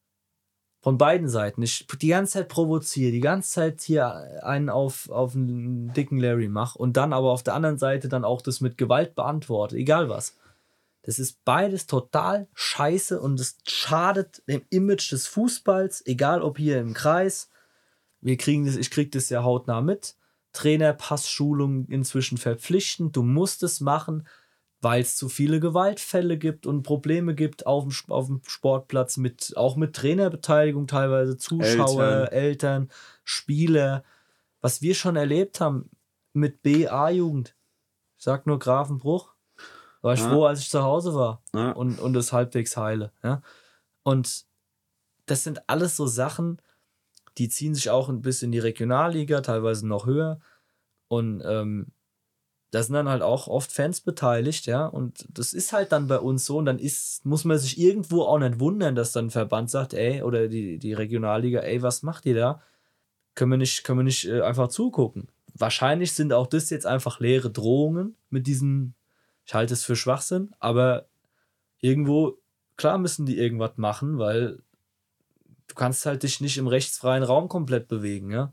Speaker 1: von beiden Seiten, ich die ganze Zeit provoziere, die ganze Zeit hier einen auf, auf einen dicken Larry mache und dann aber auf der anderen Seite dann auch das mit Gewalt beantworte, egal was. Das ist beides total scheiße und es schadet dem Image des Fußballs, egal ob hier im Kreis. Wir kriegen das, ich krieg das ja hautnah mit. Trainer, Passschulung inzwischen verpflichtend. Du musst es machen, weil es zu viele Gewaltfälle gibt und Probleme gibt auf dem, auf dem Sportplatz, mit, auch mit Trainerbeteiligung teilweise, Zuschauer, Eltern. Eltern, Spieler. Was wir schon erlebt haben mit B A-Jugend. Ich sag nur Grafenbruch. War ich ja. froh, als ich zu Hause war ja. und, und das halbwegs heile. Ja? Und das sind alles so Sachen, die ziehen sich auch ein bisschen in die Regionalliga, teilweise noch höher. Und ähm, da sind dann halt auch oft Fans beteiligt, ja. Und das ist halt dann bei uns so. Und dann ist, muss man sich irgendwo auch nicht wundern, dass dann ein Verband sagt, ey, oder die, die Regionalliga, ey, was macht ihr da? Können wir nicht, können wir nicht äh, einfach zugucken? Wahrscheinlich sind auch das jetzt einfach leere Drohungen mit diesen, ich halte es für Schwachsinn, aber irgendwo, klar müssen die irgendwas machen, weil du kannst halt dich nicht im rechtsfreien Raum komplett bewegen, ja.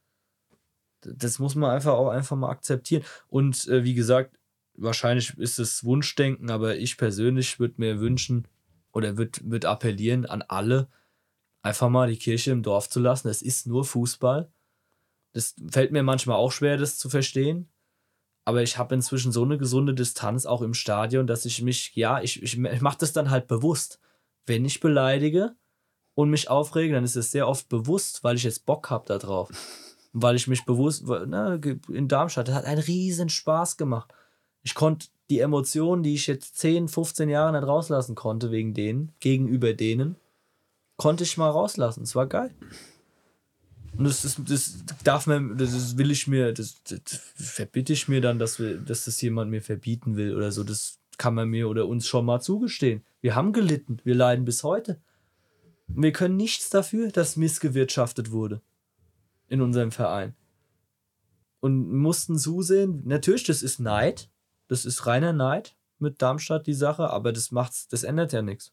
Speaker 1: Das muss man einfach auch einfach mal akzeptieren. Und äh, wie gesagt, wahrscheinlich ist es Wunschdenken, aber ich persönlich würde mir wünschen oder würde würd appellieren an alle, einfach mal die Kirche im Dorf zu lassen. Es ist nur Fußball. Das fällt mir manchmal auch schwer, das zu verstehen. Aber ich habe inzwischen so eine gesunde Distanz auch im Stadion, dass ich mich, ja, ich, ich, ich mache das dann halt bewusst. Wenn ich beleidige und mich aufrege, dann ist es sehr oft bewusst, weil ich jetzt Bock habe da drauf. Weil ich mich bewusst, na, in Darmstadt, das hat einen riesen Spaß gemacht. Ich konnte die Emotionen, die ich jetzt zehn, fünfzehn Jahre nicht rauslassen konnte, wegen denen, gegenüber denen, konnte ich mal rauslassen. Es war geil. Und das, ist, das darf man, das will ich mir, das, das verbitte ich mir dann, dass, wir, dass das jemand mir verbieten will oder so. Das kann man mir oder uns schon mal zugestehen. Wir haben gelitten, wir leiden bis heute. Und wir können nichts dafür, dass missgewirtschaftet wurde in unserem Verein. Und mussten zusehen, natürlich, das ist Neid, das ist reiner Neid mit Darmstadt, die Sache, aber das macht's, das ändert ja nichts.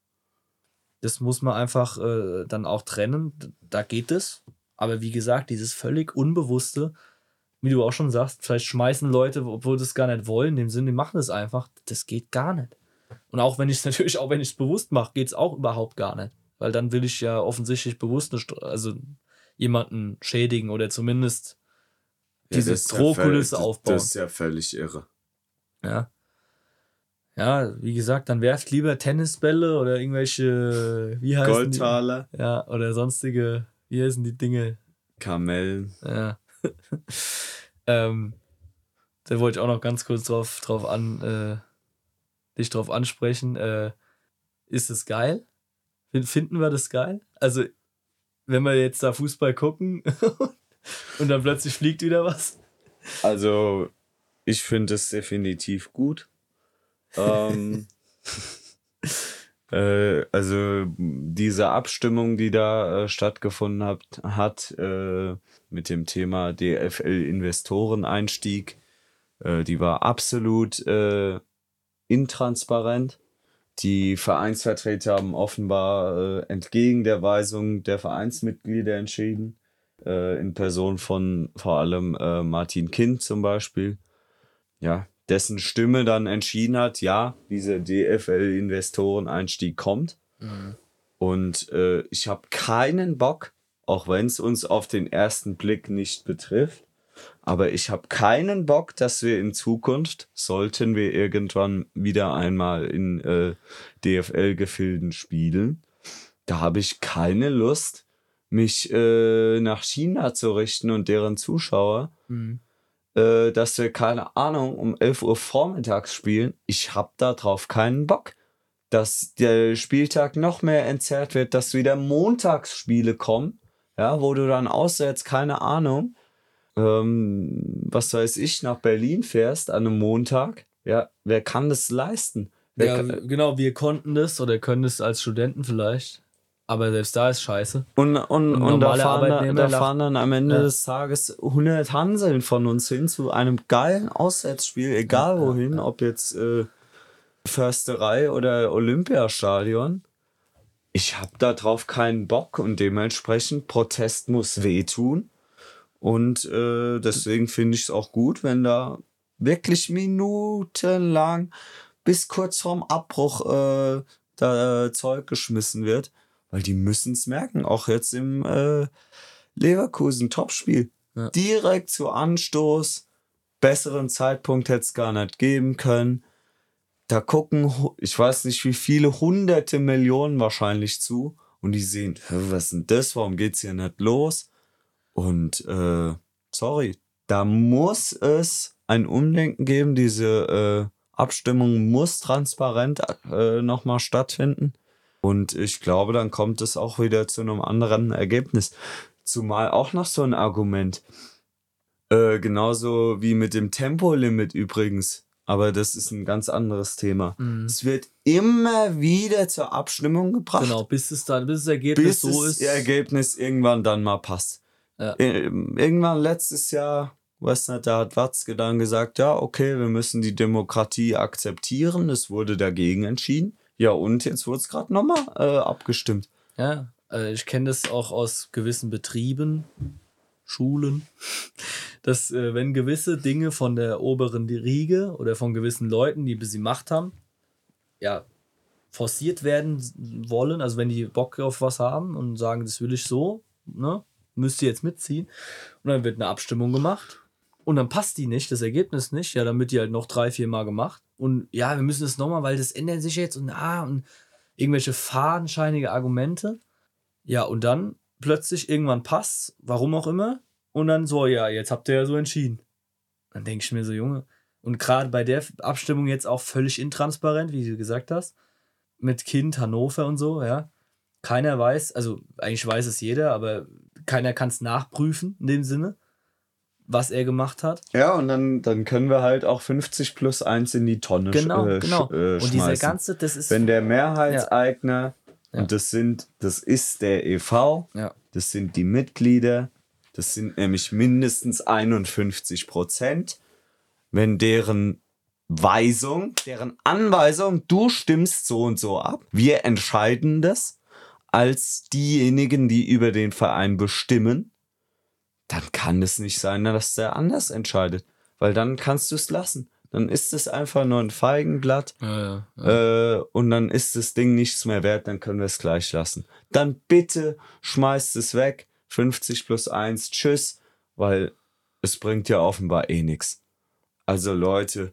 Speaker 1: Das muss man einfach äh, dann auch trennen, da geht es. Aber wie gesagt, dieses völlig Unbewusste, wie du auch schon sagst, vielleicht schmeißen Leute, obwohl sie es gar nicht wollen, in dem Sinne, die machen das einfach, das geht gar nicht. Und auch wenn ich es natürlich, auch wenn ich es bewusst mache, geht es auch überhaupt gar nicht. Weil dann will ich ja offensichtlich bewusst eine, also jemanden schädigen oder zumindest diese
Speaker 2: ja,
Speaker 1: Drohkulisse
Speaker 2: ja
Speaker 1: aufbauen.
Speaker 2: Das ist ja völlig irre.
Speaker 1: Ja. Ja, wie gesagt, dann werft lieber Tennisbälle oder irgendwelche, wie heißen
Speaker 2: Goldtaler.
Speaker 1: die? Ja, oder sonstige, wie heißen die Dinge?
Speaker 2: Kamellen.
Speaker 1: Ja. ähm, da wollte ich auch noch ganz kurz drauf, drauf an, äh, dich drauf ansprechen. Äh, ist es geil? Finden wir das geil? Also, wenn wir jetzt da Fußball gucken und dann plötzlich fliegt wieder was?
Speaker 2: Also, ich finde es definitiv gut. ähm, äh, also, diese Abstimmung, die da äh, stattgefunden hat, hat äh, mit dem Thema D F L-Investoreneinstieg, äh, die war absolut äh, intransparent. Die Vereinsvertreter haben offenbar äh, entgegen der Weisung der Vereinsmitglieder entschieden, äh, in Person von vor allem äh, Martin Kind zum Beispiel, ja, dessen Stimme dann entschieden hat, ja, dieser D F L-Investoreneinstieg kommt. Mhm. Und äh, ich habe keinen Bock, auch wenn es uns auf den ersten Blick nicht betrifft, aber ich habe keinen Bock, dass wir in Zukunft, sollten wir irgendwann wieder einmal in äh, D F L-Gefilden spielen, da habe ich keine Lust, mich äh, nach China zu richten und deren Zuschauer, mhm. äh, dass wir, keine Ahnung, um elf Uhr vormittags spielen. Ich habe da drauf keinen Bock, dass der Spieltag noch mehr entzerrt wird, dass wieder Montagsspiele kommen, ja, wo du dann aussetzt, keine Ahnung, Ähm, was weiß ich, nach Berlin fährst an einem Montag, ja, wer kann das leisten? Wer
Speaker 1: Ja,
Speaker 2: kann,
Speaker 1: genau, wir konnten das oder können das als Studenten vielleicht, aber selbst da ist scheiße.
Speaker 2: und und, und, und da, fahren da, da fahren dann am Ende ja. des Tages hundert Hanseln von uns hin zu einem geilen Auswärtsspiel, egal ja, wohin, ja, ja. ob jetzt äh, Försterei oder Olympiastadion. Ich hab da drauf keinen Bock und dementsprechend Protest muss wehtun. Und äh, deswegen finde ich es auch gut, wenn da wirklich minutenlang bis kurz vorm Abbruch äh, da äh, Zeug geschmissen wird. Weil die müssen es merken. Auch jetzt im äh, Leverkusen-Topspiel. Ja. Direkt zu Anstoß. Besseren Zeitpunkt hätte es gar nicht geben können. Da gucken, ich weiß nicht wie viele, hunderte Millionen wahrscheinlich zu. Und die sehen, was ist denn das? Warum geht's hier nicht los? Und äh, sorry, da muss es ein Umdenken geben. Diese äh, Abstimmung muss transparent äh, nochmal stattfinden. Und ich glaube, dann kommt es auch wieder zu einem anderen Ergebnis. Zumal auch noch so ein Argument. Äh, genauso wie mit dem Tempolimit übrigens. Aber das ist ein ganz anderes Thema.
Speaker 1: Mhm.
Speaker 2: Es wird immer wieder zur Abstimmung gebracht.
Speaker 1: Genau, bis es dann, bis das Ergebnis
Speaker 2: bis
Speaker 1: so
Speaker 2: das
Speaker 1: ist.
Speaker 2: Ergebnis irgendwann dann mal passt.
Speaker 1: Ja.
Speaker 2: Irgendwann letztes Jahr, weiß nicht, da hat Watzke dann gesagt, ja, okay, wir müssen die Demokratie akzeptieren. Es wurde dagegen entschieden. Ja, und jetzt wurde es gerade nochmal äh, abgestimmt.
Speaker 1: Ja, äh, ich kenne das auch aus gewissen Betrieben, Schulen, dass äh, wenn gewisse Dinge von der oberen Riege oder von gewissen Leuten, die ein bisschen Macht haben, ja, forciert werden wollen, also wenn die Bock auf was haben und sagen, das will ich so, ne, müsst ihr jetzt mitziehen. Und dann wird eine Abstimmung gemacht und dann passt die nicht, das Ergebnis nicht, ja, dann wird die halt noch drei, vier Mal gemacht. Und ja, wir müssen das nochmal, weil das ändert sich jetzt und ah, und irgendwelche fadenscheinige Argumente. Ja, und dann plötzlich irgendwann passt, warum auch immer, und dann so, ja, jetzt habt ihr ja so entschieden. Dann denke ich mir so, Junge, und gerade bei der Abstimmung jetzt auch völlig intransparent, wie du gesagt hast, mit Kind, Hannover und so, ja. Keiner weiß, also eigentlich weiß es jeder, aber keiner kann es nachprüfen in dem Sinne, was er gemacht hat.
Speaker 2: Ja, und dann, dann können wir halt auch fünfzig plus eins in die Tonne
Speaker 1: Genau,
Speaker 2: sch- äh,
Speaker 1: genau.
Speaker 2: sch- äh,
Speaker 1: Und
Speaker 2: schmeißen.
Speaker 1: dieser ganze, das ist...
Speaker 2: Wenn der Mehrheitseigner,
Speaker 1: Ja.
Speaker 2: und das sind, das ist der E V,
Speaker 1: Ja.
Speaker 2: das sind die Mitglieder, das sind nämlich mindestens einundfünfzig Prozent, wenn deren Weisung, deren Anweisung, du stimmst so und so ab, wir entscheiden das als diejenigen, die über den Verein bestimmen, dann kann es nicht sein, dass der anders entscheidet, weil dann kannst du es lassen. Dann ist es einfach nur ein Feigenblatt
Speaker 1: Ja, ja, ja.
Speaker 2: äh, und dann ist das Ding nichts mehr wert, dann können wir es gleich lassen. Dann bitte schmeißt es weg, fünfzig plus eins, tschüss, weil es bringt ja offenbar eh nichts. Also Leute,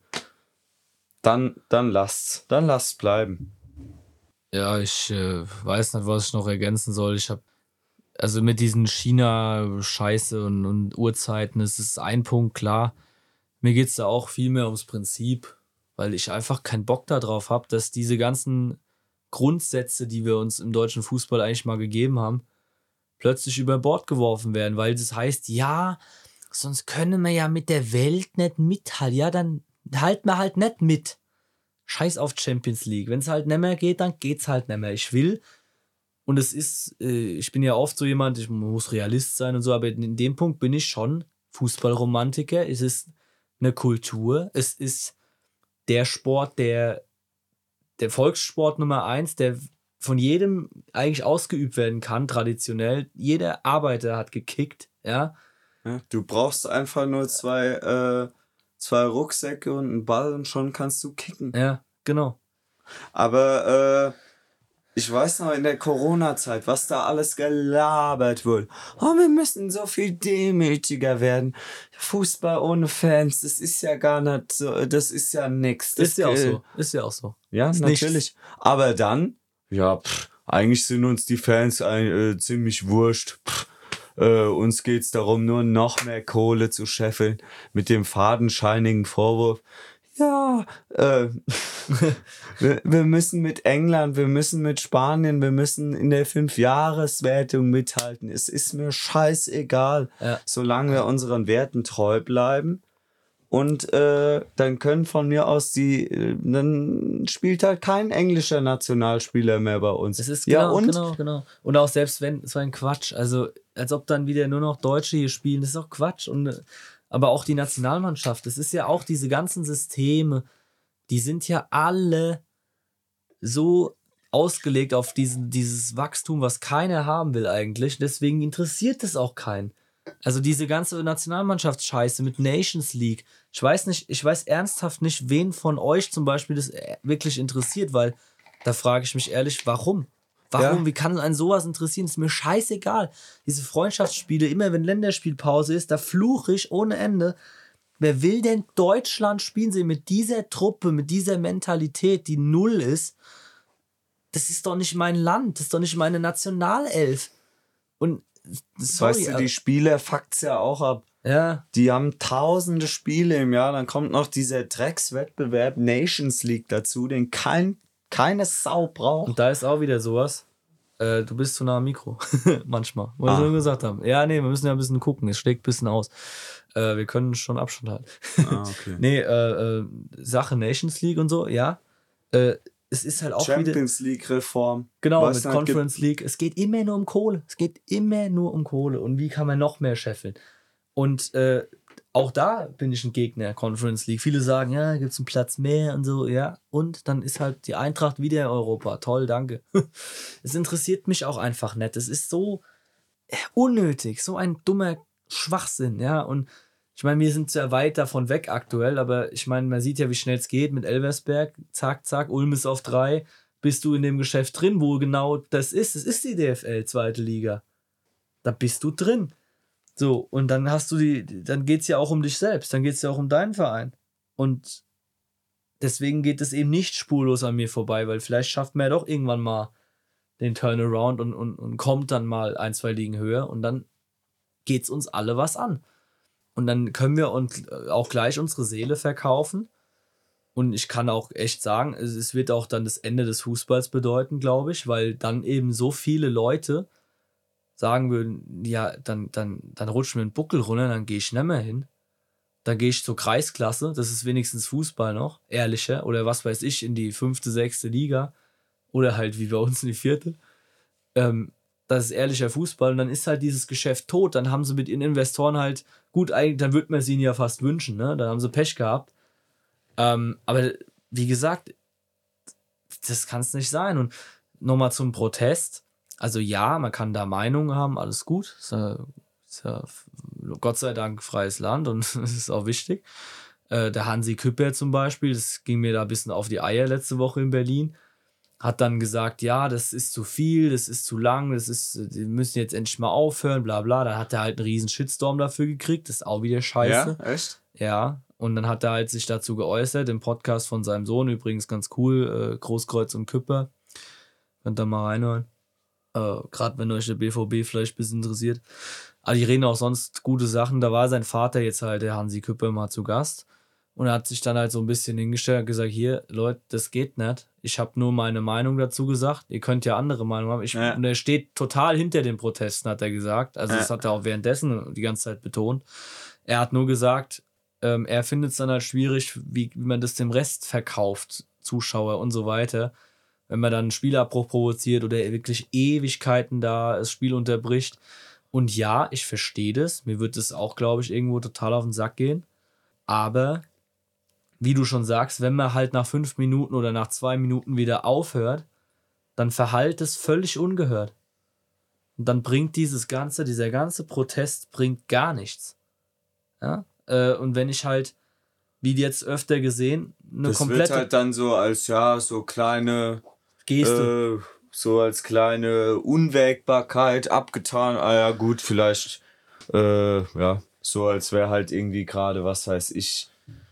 Speaker 2: dann, dann lasst's, dann lasst's bleiben.
Speaker 1: Ja, ich äh, weiß nicht, was ich noch ergänzen soll. Ich habe, also mit diesen China-Scheiße und, und Uhrzeiten, es ist ein Punkt klar. Mir geht es da auch viel mehr ums Prinzip, weil ich einfach keinen Bock darauf habe, dass diese ganzen Grundsätze, die wir uns im deutschen Fußball eigentlich mal gegeben haben, plötzlich über Bord geworfen werden, weil das heißt, ja, sonst können wir ja mit der Welt nicht mithalten. Ja, dann halten wir halt nicht mit. Scheiß auf Champions League. Wenn es halt nicht mehr geht, dann geht's halt nicht mehr. Ich will, und es ist, äh, ich bin ja oft so jemand, ich muss Realist sein und so, aber in dem Punkt bin ich schon Fußballromantiker. Es ist eine Kultur. Es ist der Sport, der, der Volkssport Nummer eins, der von jedem eigentlich ausgeübt werden kann, traditionell. Jeder Arbeiter hat gekickt, ja.
Speaker 2: Ja, du brauchst einfach nur zwei, äh, zwei Rucksäcke und einen Ball und schon kannst du kicken.
Speaker 1: Ja, genau.
Speaker 2: Aber äh, ich weiß noch in der Corona-Zeit, was da alles gelabert wurde. Oh, wir müssen so viel demütiger werden. Fußball ohne Fans, das ist ja gar nicht so, das ist ja nix. Das
Speaker 1: Ist ja auch
Speaker 2: äh,
Speaker 1: so. Ist ja auch so.
Speaker 2: Ja,
Speaker 1: Ist
Speaker 2: natürlich.
Speaker 1: nichts.
Speaker 2: Aber dann, ja, pff, eigentlich sind uns die Fans ein, äh, ziemlich wurscht. Pff, äh, uns geht's darum, nur noch mehr Kohle zu scheffeln mit dem fadenscheinigen Vorwurf. Ja, äh, wir, wir müssen mit England, wir müssen mit Spanien, wir müssen in der Fünfjahreswertung mithalten. Es ist mir scheißegal,
Speaker 1: Ja.
Speaker 2: solange wir unseren Werten treu bleiben. Und äh, dann können von mir aus die, äh, dann spielt halt kein englischer Nationalspieler mehr bei uns.
Speaker 1: Es ist
Speaker 2: ja
Speaker 1: genau,
Speaker 2: und?
Speaker 1: genau, genau. Und auch selbst wenn, es war ein Quatsch. Also, als ob dann wieder nur noch Deutsche hier spielen, das ist auch Quatsch. Und, äh, aber auch die Nationalmannschaft, das ist ja auch diese ganzen Systeme, die sind ja alle so ausgelegt auf diesen, dieses Wachstum, was keiner haben will eigentlich. Deswegen interessiert es auch keinen. Also diese ganze Nationalmannschaftsscheiße mit Nations League. Ich weiß nicht, ich weiß ernsthaft nicht, wen von euch zum Beispiel das wirklich interessiert, weil da frage ich mich ehrlich, warum? Warum?
Speaker 2: Ja.
Speaker 1: Wie kann einen sowas interessieren? Ist mir scheißegal. Diese Freundschaftsspiele, immer wenn Länderspielpause ist, da fluche ich ohne Ende. Wer will denn Deutschland spielen sehen mit dieser Truppe, mit dieser Mentalität, die null ist? Das ist doch nicht mein Land, das ist doch nicht meine Nationalelf. Und sorry,
Speaker 2: Weißt du, die Spieler fuckt's ja auch ab.
Speaker 1: ja.
Speaker 2: Die haben tausende Spiele im Jahr, dann kommt noch dieser Dreckswettbewerb Nations League dazu, den kein, keine Sau braucht.
Speaker 1: Und da ist auch wieder sowas. Äh, du bist zu nah am Mikro. Manchmal. Wo wir ah. schon gesagt haben. Ja, nee, wir müssen ja ein bisschen gucken. Es schlägt ein bisschen aus. Äh, wir können schon Abstand halten. ah, okay. Nee, äh, äh, Sache Nations League und so, ja. Äh, es ist halt auch
Speaker 2: Champions
Speaker 1: wieder,
Speaker 2: League Reform.
Speaker 1: Genau, mit halt Conference League. Es geht immer nur um Kohle. Es geht immer nur um Kohle. Und wie kann man noch mehr scheffeln? Und äh, auch da bin ich ein Gegner, Conference League. Viele sagen, ja, gibt es einen Platz mehr und so, ja. Und dann ist halt die Eintracht wieder in Europa. Toll, danke. Es interessiert mich auch einfach nicht. Es ist so unnötig, so ein dummer Schwachsinn, ja. Und ich meine, wir sind sehr weit davon weg aktuell, aber ich meine, man sieht ja, wie schnell es geht mit Elversberg. Zack, zack, Ulm ist auf drei. Bist du in dem Geschäft drin, wo genau das ist. Es ist die D F L, zweite Liga. Da bist du drin. So, und dann hast du die, dann geht es ja auch um dich selbst, dann geht es ja auch um deinen Verein. Und deswegen geht es eben nicht spurlos an mir vorbei, weil vielleicht schafft man ja doch irgendwann mal den Turnaround und, und, und kommt dann mal ein, zwei Ligen höher und dann geht es uns alle was an. Und dann können wir uns auch gleich unsere Seele verkaufen. Und ich kann auch echt sagen, es wird auch dann das Ende des Fußballs bedeuten, glaube ich, weil dann eben so viele Leute sagen würden, ja, dann, dann, dann rutschen wir einen Buckel runter, dann gehe ich nicht mehr hin. Dann gehe ich zur Kreisklasse, das ist wenigstens Fußball noch, ehrlicher, oder was weiß ich, in die fünfte, sechste Liga oder halt wie bei uns in die vierte. Ähm, das ist ehrlicher Fußball und dann ist halt dieses Geschäft tot, dann haben sie mit ihren Investoren halt, gut, eigentlich, dann würde man es ihnen ja fast wünschen, ne? Dann haben sie Pech gehabt. Ähm, aber wie gesagt, das kann es nicht sein. Und nochmal zum Protest. Also ja, man kann da Meinungen haben, alles gut. Ist ja, ist ja Gott sei Dank freies Land und das ist auch wichtig. Äh, der Hansi Küpper zum Beispiel, das ging mir da ein bisschen auf die Eier letzte Woche in Berlin, hat dann gesagt, ja, das ist zu viel, das ist zu lang, das ist, die müssen jetzt endlich mal aufhören, bla bla. Da hat er halt einen riesen Shitstorm dafür gekriegt, das ist auch wieder scheiße.
Speaker 2: Ja, echt?
Speaker 1: Ja, und dann hat er halt sich dazu geäußert, im Podcast von seinem Sohn, übrigens ganz cool, äh, Großkreuz und Küpper. Könnt ihr mal reinhören. Äh, Gerade wenn euch der B V B vielleicht ein bisschen interessiert. Aber die reden auch sonst gute Sachen. Da war sein Vater jetzt halt, der Hansi Küpper, mal zu Gast. Und er hat sich dann halt so ein bisschen hingestellt und gesagt, hier, Leute, das geht nicht. Ich habe nur meine Meinung dazu gesagt. Ihr könnt ja andere Meinung haben. Ich, ja. Und er steht total hinter den Protesten, hat er gesagt. Also ja. Das hat er auch währenddessen die ganze Zeit betont. Er hat nur gesagt, ähm, er findet es dann halt schwierig, wie, wie man das dem Rest verkauft, Zuschauer und so weiter. Wenn man dann einen Spielabbruch provoziert oder wirklich Ewigkeiten da das Spiel unterbricht. Und ja, ich verstehe das. Mir wird das auch, glaube ich, irgendwo total auf den Sack gehen. Aber, wie du schon sagst, wenn man halt nach fünf Minuten oder nach zwei Minuten wieder aufhört, dann verhallt es völlig ungehört. Und dann bringt dieses ganze, dieser ganze Protest bringt gar nichts. Ja? Äh, und wenn ich halt, wie jetzt öfter gesehen, eine
Speaker 2: das
Speaker 1: komplette...
Speaker 2: Das wird halt dann so als, ja, so kleine...
Speaker 1: Geste.
Speaker 2: Äh, so als kleine Unwägbarkeit abgetan. Ah ja, gut, vielleicht, äh, ja, so als wäre halt irgendwie gerade, was weiß ich,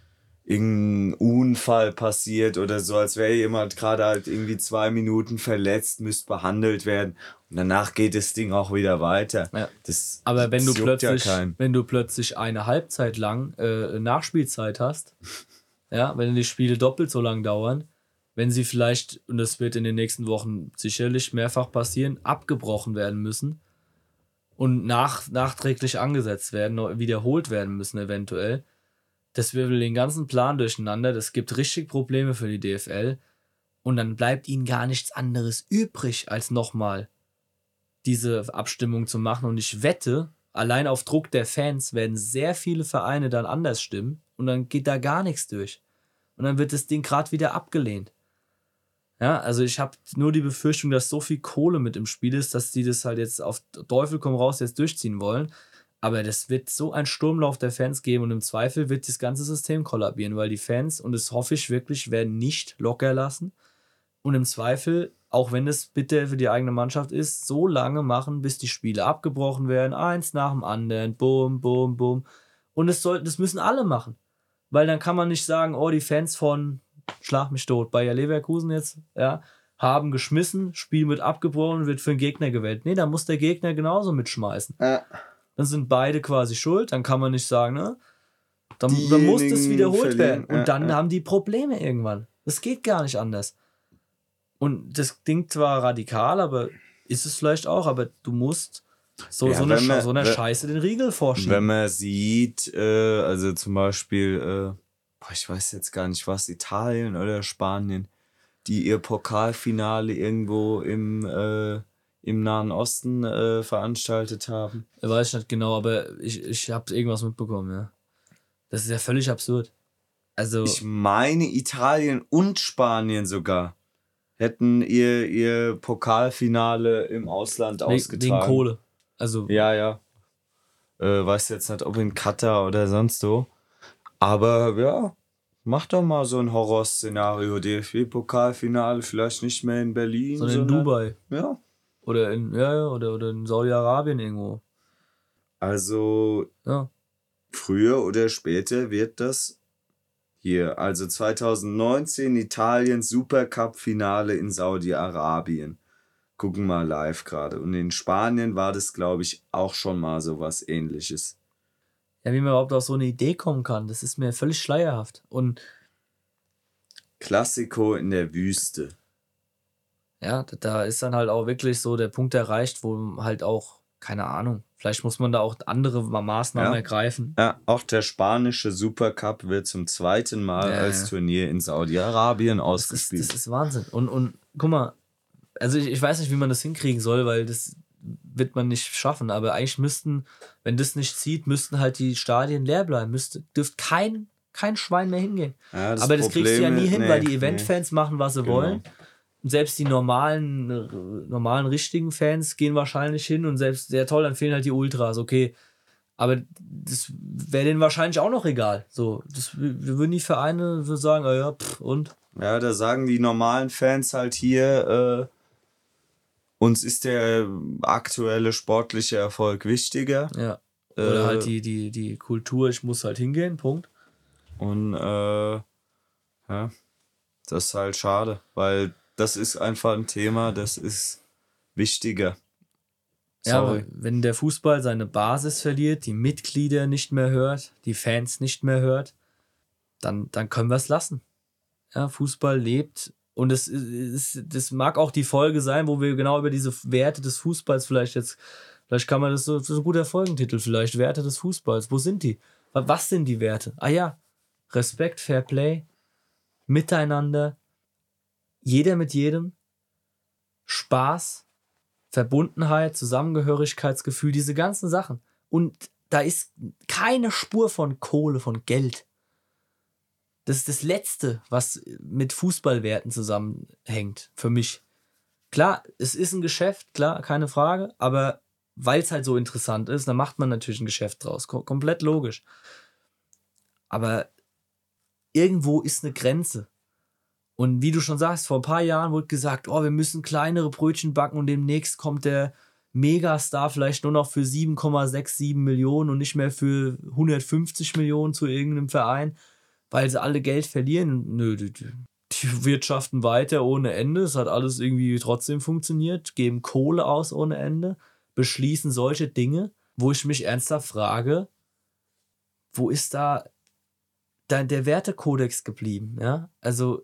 Speaker 2: irgendein Unfall passiert oder so, als wäre jemand gerade halt irgendwie zwei Minuten verletzt, müsste behandelt werden und danach geht das Ding auch wieder weiter.
Speaker 1: Ja.
Speaker 2: Das,
Speaker 1: Aber wenn
Speaker 2: das
Speaker 1: du plötzlich,
Speaker 2: ja
Speaker 1: wenn du plötzlich eine Halbzeit lang äh, Nachspielzeit hast, ja, wenn die Spiele doppelt so lang dauern, wenn sie vielleicht, und das wird in den nächsten Wochen sicherlich mehrfach passieren, abgebrochen werden müssen und nach, nachträglich angesetzt werden, wiederholt werden müssen eventuell, das wirbelt den ganzen Plan durcheinander, das gibt richtig Probleme für die D F L und dann bleibt ihnen gar nichts anderes übrig, als nochmal diese Abstimmung zu machen. Und ich wette, allein auf Druck der Fans werden sehr viele Vereine dann anders stimmen und dann geht da gar nichts durch. Und dann wird das Ding gerade wieder abgelehnt. Ja, also ich habe nur die Befürchtung, dass so viel Kohle mit im Spiel ist, dass die das halt jetzt auf Teufel komm raus jetzt durchziehen wollen. Aber das wird so einen Sturmlauf der Fans geben und im Zweifel wird das ganze System kollabieren, weil die Fans, und das hoffe ich wirklich, werden nicht locker lassen und im Zweifel, auch wenn es bitter für die eigene Mannschaft ist, so lange machen, bis die Spiele abgebrochen werden, eins nach dem anderen, bum, bum, bum. Und das, soll, das müssen alle machen, weil dann kann man nicht sagen, oh, die Fans von Schlag mich tot, Bayer Leverkusen jetzt, ja, haben geschmissen, Spiel wird abgebrochen, wird für den Gegner gewählt. Nee, da muss der Gegner genauso mitschmeißen. Ja. Dann sind beide quasi schuld, dann kann man nicht sagen, ne? Dann, dann muss das wiederholt werden. Und ja, dann ja. haben die Probleme irgendwann. Das geht gar nicht anders. Und das klingt zwar radikal, aber ist es vielleicht auch, aber du musst so,
Speaker 2: Ja,
Speaker 1: so, eine,
Speaker 2: wenn man-
Speaker 1: Sch- so einer
Speaker 2: wenn-
Speaker 1: Scheiße den Riegel vorschieben.
Speaker 2: Wenn man sieht, äh, also zum Beispiel, äh, boah, ich weiß jetzt gar nicht was, Italien oder Spanien, die ihr Pokalfinale irgendwo im, äh, im Nahen Osten äh, veranstaltet haben.
Speaker 1: Ich weiß nicht genau, aber ich, ich habe irgendwas mitbekommen, ja. Das ist ja völlig absurd. Also,
Speaker 2: Ich meine, Italien und Spanien sogar hätten ihr, ihr Pokalfinale im Ausland
Speaker 1: wegen,
Speaker 2: ausgetragen.
Speaker 1: wegen Kohle. Also,
Speaker 2: Ja, ja. Äh, weiß jetzt nicht, ob in Katar oder sonst wo. Aber ja, mach doch mal so ein Horrorszenario. D F B-Pokalfinale, vielleicht nicht mehr in Berlin,
Speaker 1: sondern in
Speaker 2: sondern
Speaker 1: Dubai.
Speaker 2: ja.
Speaker 1: Oder in, ja, ja, oder, oder in Saudi-Arabien irgendwo.
Speaker 2: Also
Speaker 1: Ja.
Speaker 2: früher oder später wird das hier. Also zwanzig neunzehn Italien Supercup-Finale in Saudi-Arabien. Gucken mal live gerade. Und in Spanien war das, glaube ich, auch schon mal so was Ähnliches.
Speaker 1: Ja, wie man überhaupt auf so eine Idee kommen kann, das ist mir völlig schleierhaft. Und
Speaker 2: Klassiko in der Wüste.
Speaker 1: ja, da- da ist dann halt auch wirklich so der Punkt erreicht, wo halt auch, keine Ahnung, vielleicht muss man da auch andere Ma- Maßnahmen
Speaker 2: Ja.
Speaker 1: ergreifen.
Speaker 2: Ja, auch der spanische Supercup wird zum zweiten Mal
Speaker 1: Ja,
Speaker 2: als
Speaker 1: ja.
Speaker 2: Turnier in Saudi-Arabien
Speaker 1: Das ist,
Speaker 2: ausgespielt.
Speaker 1: das ist Wahnsinn. Und, und guck mal, also ich, ich weiß nicht, wie man das hinkriegen soll, weil das wird man nicht schaffen, aber eigentlich müssten, wenn das nicht zieht, müssten halt die Stadien leer bleiben. Müsste, dürfte kein, kein Schwein mehr hingehen.
Speaker 2: Ja,
Speaker 1: aber das kriegst du ja nie
Speaker 2: ist-
Speaker 1: hin,
Speaker 2: nee,
Speaker 1: weil die
Speaker 2: nee.
Speaker 1: Eventfans machen, was sie
Speaker 2: Genau.
Speaker 1: wollen. Und selbst die normalen, äh, normalen, richtigen Fans gehen wahrscheinlich hin und selbst, sehr toll, dann fehlen halt die Ultras, okay. Aber das wäre denen wahrscheinlich auch noch egal. So, das wir würden die Vereine so sagen, ah ja, pff, und?
Speaker 2: Ja, da sagen die normalen Fans halt hier, äh, uns ist der aktuelle sportliche Erfolg wichtiger.
Speaker 1: Ja. Oder
Speaker 2: Äh,
Speaker 1: halt die, die, die Kultur, ich muss halt hingehen, Punkt.
Speaker 2: Und äh, ja, das ist halt schade, weil das ist einfach ein Thema, das ist wichtiger.
Speaker 1: Ja,
Speaker 2: Sorry.
Speaker 1: aber wenn der Fußball seine Basis verliert, die Mitglieder nicht mehr hört, die Fans nicht mehr hört, dann, dann können wir es lassen. Ja, Fußball lebt und es ist, das mag auch die Folge sein, wo wir genau über diese Werte des Fußballs vielleicht jetzt, vielleicht kann man das so, das ist ein guter Folgentitel vielleicht, Werte des Fußballs. Wo sind die? Wa- Was sind die Werte? Ah ja, Respekt, Fair Play, Miteinander, jeder mit jedem, Spaß, Verbundenheit, Zusammengehörigkeitsgefühl, diese ganzen Sachen. Und da ist keine Spur von Kohle, von Geld. Das ist das Letzte, was mit Fußballwerten zusammenhängt, für mich. Klar, es ist ein Geschäft, klar, keine Frage, aber weil es halt so interessant ist, dann macht man natürlich ein Geschäft draus. Kom- komplett logisch. Aber irgendwo ist eine Grenze. Und wie du schon sagst, vor ein paar Jahren wurde gesagt, oh, wir müssen kleinere Brötchen backen und demnächst kommt der Megastar vielleicht nur noch für sieben Komma siebenundsechzig Millionen und nicht mehr für hundertfünfzig Millionen zu irgendeinem Verein, weil sie alle Geld verlieren. Nö, die, die die wirtschaften weiter ohne Ende. Es hat alles irgendwie trotzdem funktioniert, geben Kohle aus ohne Ende, beschließen solche Dinge, wo ich mich ernsthaft frage, wo ist da da der Wertekodex geblieben? Ja? Also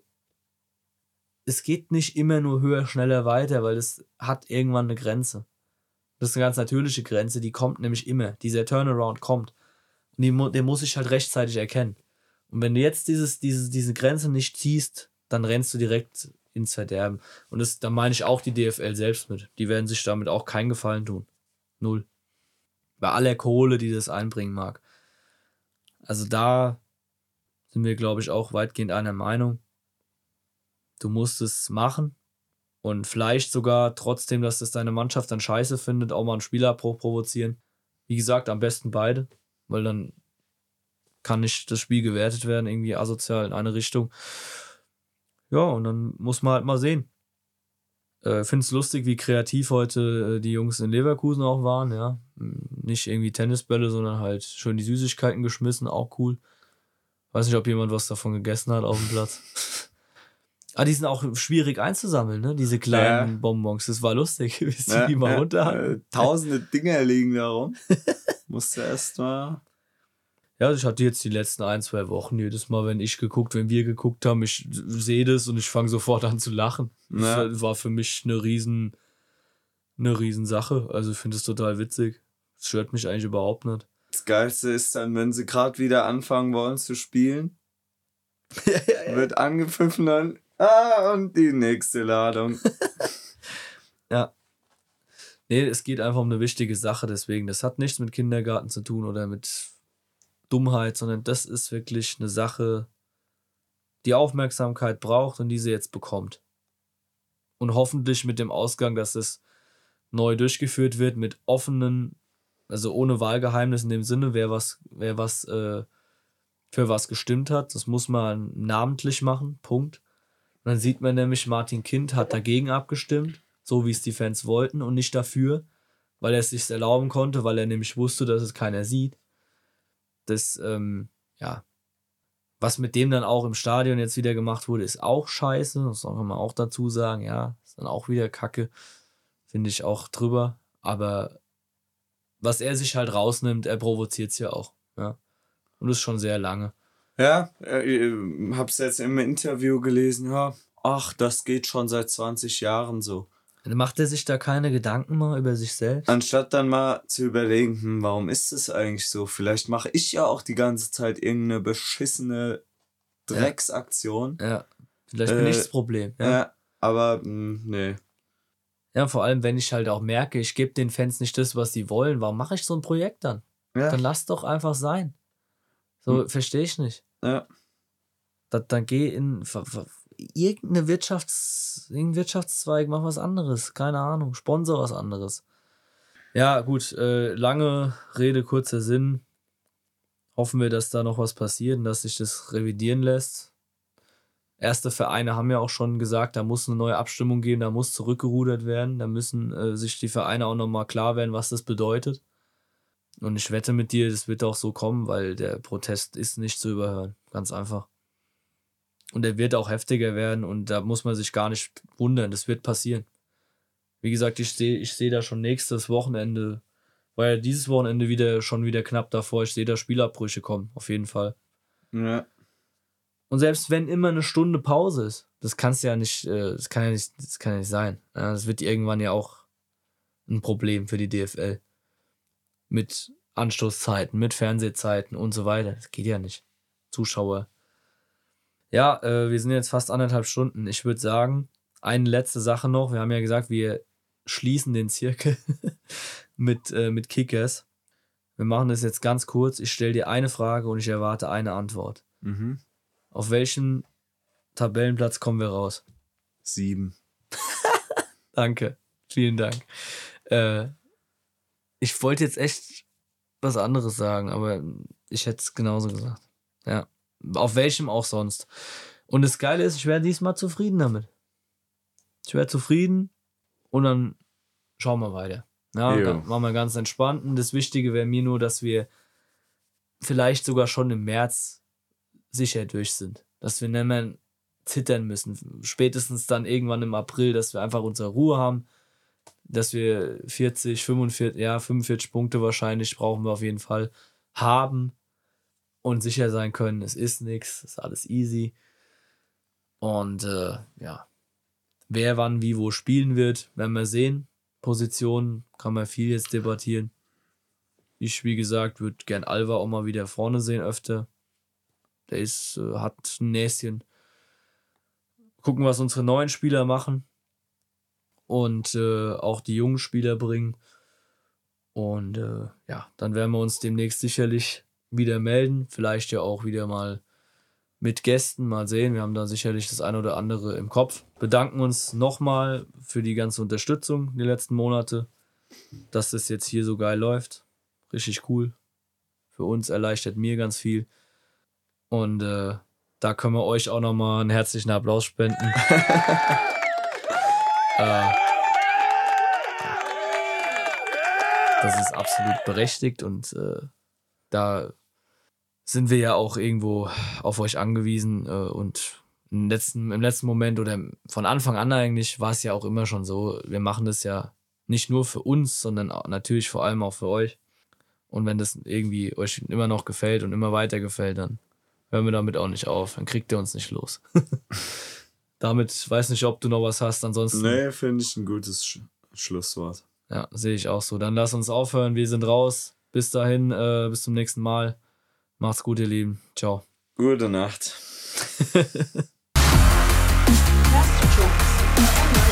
Speaker 1: es geht nicht immer nur höher, schneller, weiter, weil es hat irgendwann eine Grenze. Das ist eine ganz natürliche Grenze, die kommt nämlich immer. Dieser Turnaround kommt. Und die, mu- den muss ich halt rechtzeitig erkennen. Und wenn du jetzt dieses, dieses, diese Grenze nicht ziehst, dann rennst du direkt ins Verderben. Und das, da meine ich auch die D F L selbst mit. Die werden sich damit auch keinen Gefallen tun. Null. Bei aller Kohle, die das einbringen mag. Also da sind wir, glaube ich, auch weitgehend einer Meinung. Du musst es machen und vielleicht sogar trotzdem, dass das deine Mannschaft dann scheiße findet, auch mal einen Spielabbruch provozieren. Wie gesagt, am besten beide, weil dann kann nicht das Spiel gewertet werden, irgendwie asozial in eine Richtung. Ja, und dann muss man halt mal sehen. Äh, finde es lustig, wie kreativ heute äh, die Jungs in Leverkusen auch waren, ja. Nicht irgendwie Tennisbälle, sondern halt schön die Süßigkeiten geschmissen, auch cool. Weiß nicht, ob jemand was davon gegessen hat auf dem Platz. Ah, die sind auch schwierig einzusammeln, ne? Diese kleinen
Speaker 2: Ja.
Speaker 1: Bonbons. Das war lustig, bis die
Speaker 2: Ja,
Speaker 1: die mal
Speaker 2: ja,
Speaker 1: runter hatten.
Speaker 2: äh, tausende Dinger liegen da rum. Musst du erst mal.
Speaker 1: Ja, ich hatte jetzt die letzten ein, zwei Wochen jedes Mal, wenn ich geguckt, wenn wir geguckt haben, ich sehe das und ich fange sofort an zu lachen.
Speaker 2: Ja.
Speaker 1: Das war für mich eine riesen, eine riesen Sache. Also ich finde es total witzig. Das stört mich eigentlich überhaupt nicht.
Speaker 2: Das Geilste ist dann, wenn sie gerade wieder anfangen wollen zu spielen, wird angepfiffen dann, ah, und die nächste Ladung.
Speaker 1: Ja. Nee, es geht einfach um eine wichtige Sache, deswegen. Das hat nichts mit Kindergarten zu tun oder mit Dummheit, sondern das ist wirklich eine Sache, die Aufmerksamkeit braucht und die sie jetzt bekommt. Und hoffentlich mit dem Ausgang, dass es neu durchgeführt wird, mit offenen, also ohne Wahlgeheimnis in dem Sinne, wer was, wer was äh, für was gestimmt hat. Das muss man namentlich machen, Punkt. Und dann sieht man nämlich, Martin Kind hat dagegen abgestimmt, so wie es die Fans wollten und nicht dafür, weil er es sich erlauben konnte, weil er nämlich wusste, dass es keiner sieht. Das, ähm, ja, was mit dem dann auch im Stadion jetzt wieder gemacht wurde, ist auch scheiße. Das soll man auch dazu sagen, ja, ist dann auch wieder Kacke. Finde ich auch drüber. Aber was er sich halt rausnimmt, er provoziert es ja auch. Ja. Und das ist schon sehr lange.
Speaker 2: Ja, äh, hab's jetzt im Interview gelesen, ja, ach, das geht schon seit zwanzig Jahren so.
Speaker 1: Macht er sich da keine Gedanken mal über sich selbst?
Speaker 2: Anstatt dann mal zu überlegen, hm, warum ist es eigentlich so? Vielleicht mache ich ja auch die ganze Zeit irgendeine beschissene Drecksaktion.
Speaker 1: Ja, vielleicht bin
Speaker 2: Äh,
Speaker 1: ich das Problem. Ja.
Speaker 2: Ja, aber mh, nee.
Speaker 1: Ja, vor allem, wenn ich halt auch merke, ich gebe den Fans nicht das, was sie wollen, warum mache ich so ein Projekt dann?
Speaker 2: Ja.
Speaker 1: Dann lass doch einfach sein. So,
Speaker 2: Hm.
Speaker 1: verstehe ich nicht.
Speaker 2: Ja.
Speaker 1: Da, dann geh in ver- ver- irgendeine Wirtschafts-, irgendeinen Wirtschaftszweig, mach was anderes. Keine Ahnung, sponsor was anderes. Ja, gut, äh, lange Rede, kurzer Sinn. Hoffen wir, dass da noch was passiert und dass sich das revidieren lässt. Erste Vereine haben ja auch schon gesagt, da muss eine neue Abstimmung geben, da muss zurückgerudert werden, da müssen äh, sich die Vereine auch nochmal klar werden, was das bedeutet. Und ich wette mit dir, das wird auch so kommen, weil der Protest ist nicht zu überhören. Ganz einfach. Und er wird auch heftiger werden und da muss man sich gar nicht wundern, das wird passieren. Wie gesagt, ich sehe ich seh da schon nächstes Wochenende, weil ja dieses Wochenende wieder schon wieder knapp davor, ich sehe da Spielabbrüche kommen, auf jeden Fall.
Speaker 2: Ja.
Speaker 1: Und selbst wenn immer eine Stunde Pause ist, das kannst ja nicht, äh, das kann ja nicht, das kann ja nicht sein. Ja, das wird irgendwann ja auch ein Problem für die D F L. Mit Anstoßzeiten, mit Fernsehzeiten und so weiter. Das geht ja nicht. Zuschauer. Ja, äh, wir sind jetzt fast anderthalb Stunden. Ich würde sagen, eine letzte Sache noch. Wir haben ja gesagt, wir schließen den Zirkel mit, äh, mit Kickers. Wir machen das jetzt ganz kurz. Ich stelle dir eine Frage und ich erwarte eine Antwort.
Speaker 2: Mhm.
Speaker 1: Auf welchen Tabellenplatz kommen wir raus?
Speaker 2: Sieben.
Speaker 1: Danke. Vielen Dank. Äh, ich wollte jetzt echt was anderes sagen, aber ich hätte es genauso gesagt. Ja. Auf welchem auch sonst. Und das Geile ist, ich wäre diesmal zufrieden damit. Ich wäre zufrieden und dann schauen wir weiter. Ja,
Speaker 2: Jo.
Speaker 1: dann machen wir ganz entspannt. Und das Wichtige wäre mir nur, dass wir vielleicht sogar schon im März sicher durch sind. Dass wir nicht mehr zittern müssen. Spätestens dann irgendwann im April, dass wir einfach unsere Ruhe haben. Dass wir vierzig, fünfundvierzig, ja, fünfundvierzig Punkte wahrscheinlich brauchen wir auf jeden Fall haben und sicher sein können, es ist nichts, ist alles easy. Und äh, ja, wer wann wie wo spielen wird, werden wir sehen. Positionen kann man viel jetzt debattieren. Ich, wie gesagt, würde gern Alva auch mal wieder vorne sehen öfter. Der ist, äh, hat ein Näschen. Gucken, was unsere neuen Spieler machen. Und äh, auch die jungen Spieler bringen. Und äh, ja, dann werden wir uns demnächst sicherlich wieder melden. Vielleicht ja auch wieder mal mit Gästen. Mal sehen. Wir haben da sicherlich das eine oder andere im Kopf. Bedanken uns nochmal für die ganze Unterstützung die letzten Monate. Dass das jetzt hier so geil läuft. Richtig cool. Für uns erleichtert mir ganz viel. Und äh, da können wir euch auch nochmal einen herzlichen Applaus spenden. äh, das ist absolut berechtigt und äh, da sind wir ja auch irgendwo auf euch angewiesen äh, und im letzten, im letzten Moment oder von Anfang an eigentlich war es ja auch immer schon so, wir machen das ja nicht nur für uns, sondern auch, natürlich vor allem auch für euch Und wenn das irgendwie euch immer noch gefällt und immer weiter gefällt, dann hören wir damit auch nicht auf. Dann kriegt ihr uns nicht los. Damit weiß nicht, ob du noch was hast. Ansonsten.
Speaker 2: Nee, finde ich ein gutes Sch- Schlusswort.
Speaker 1: Ja, sehe ich auch so. Dann lass uns aufhören. Wir sind raus. Bis dahin, äh, bis zum nächsten Mal. Macht's gut, ihr Lieben. Ciao.
Speaker 2: Gute Nacht.
Speaker 3: Master Jokes.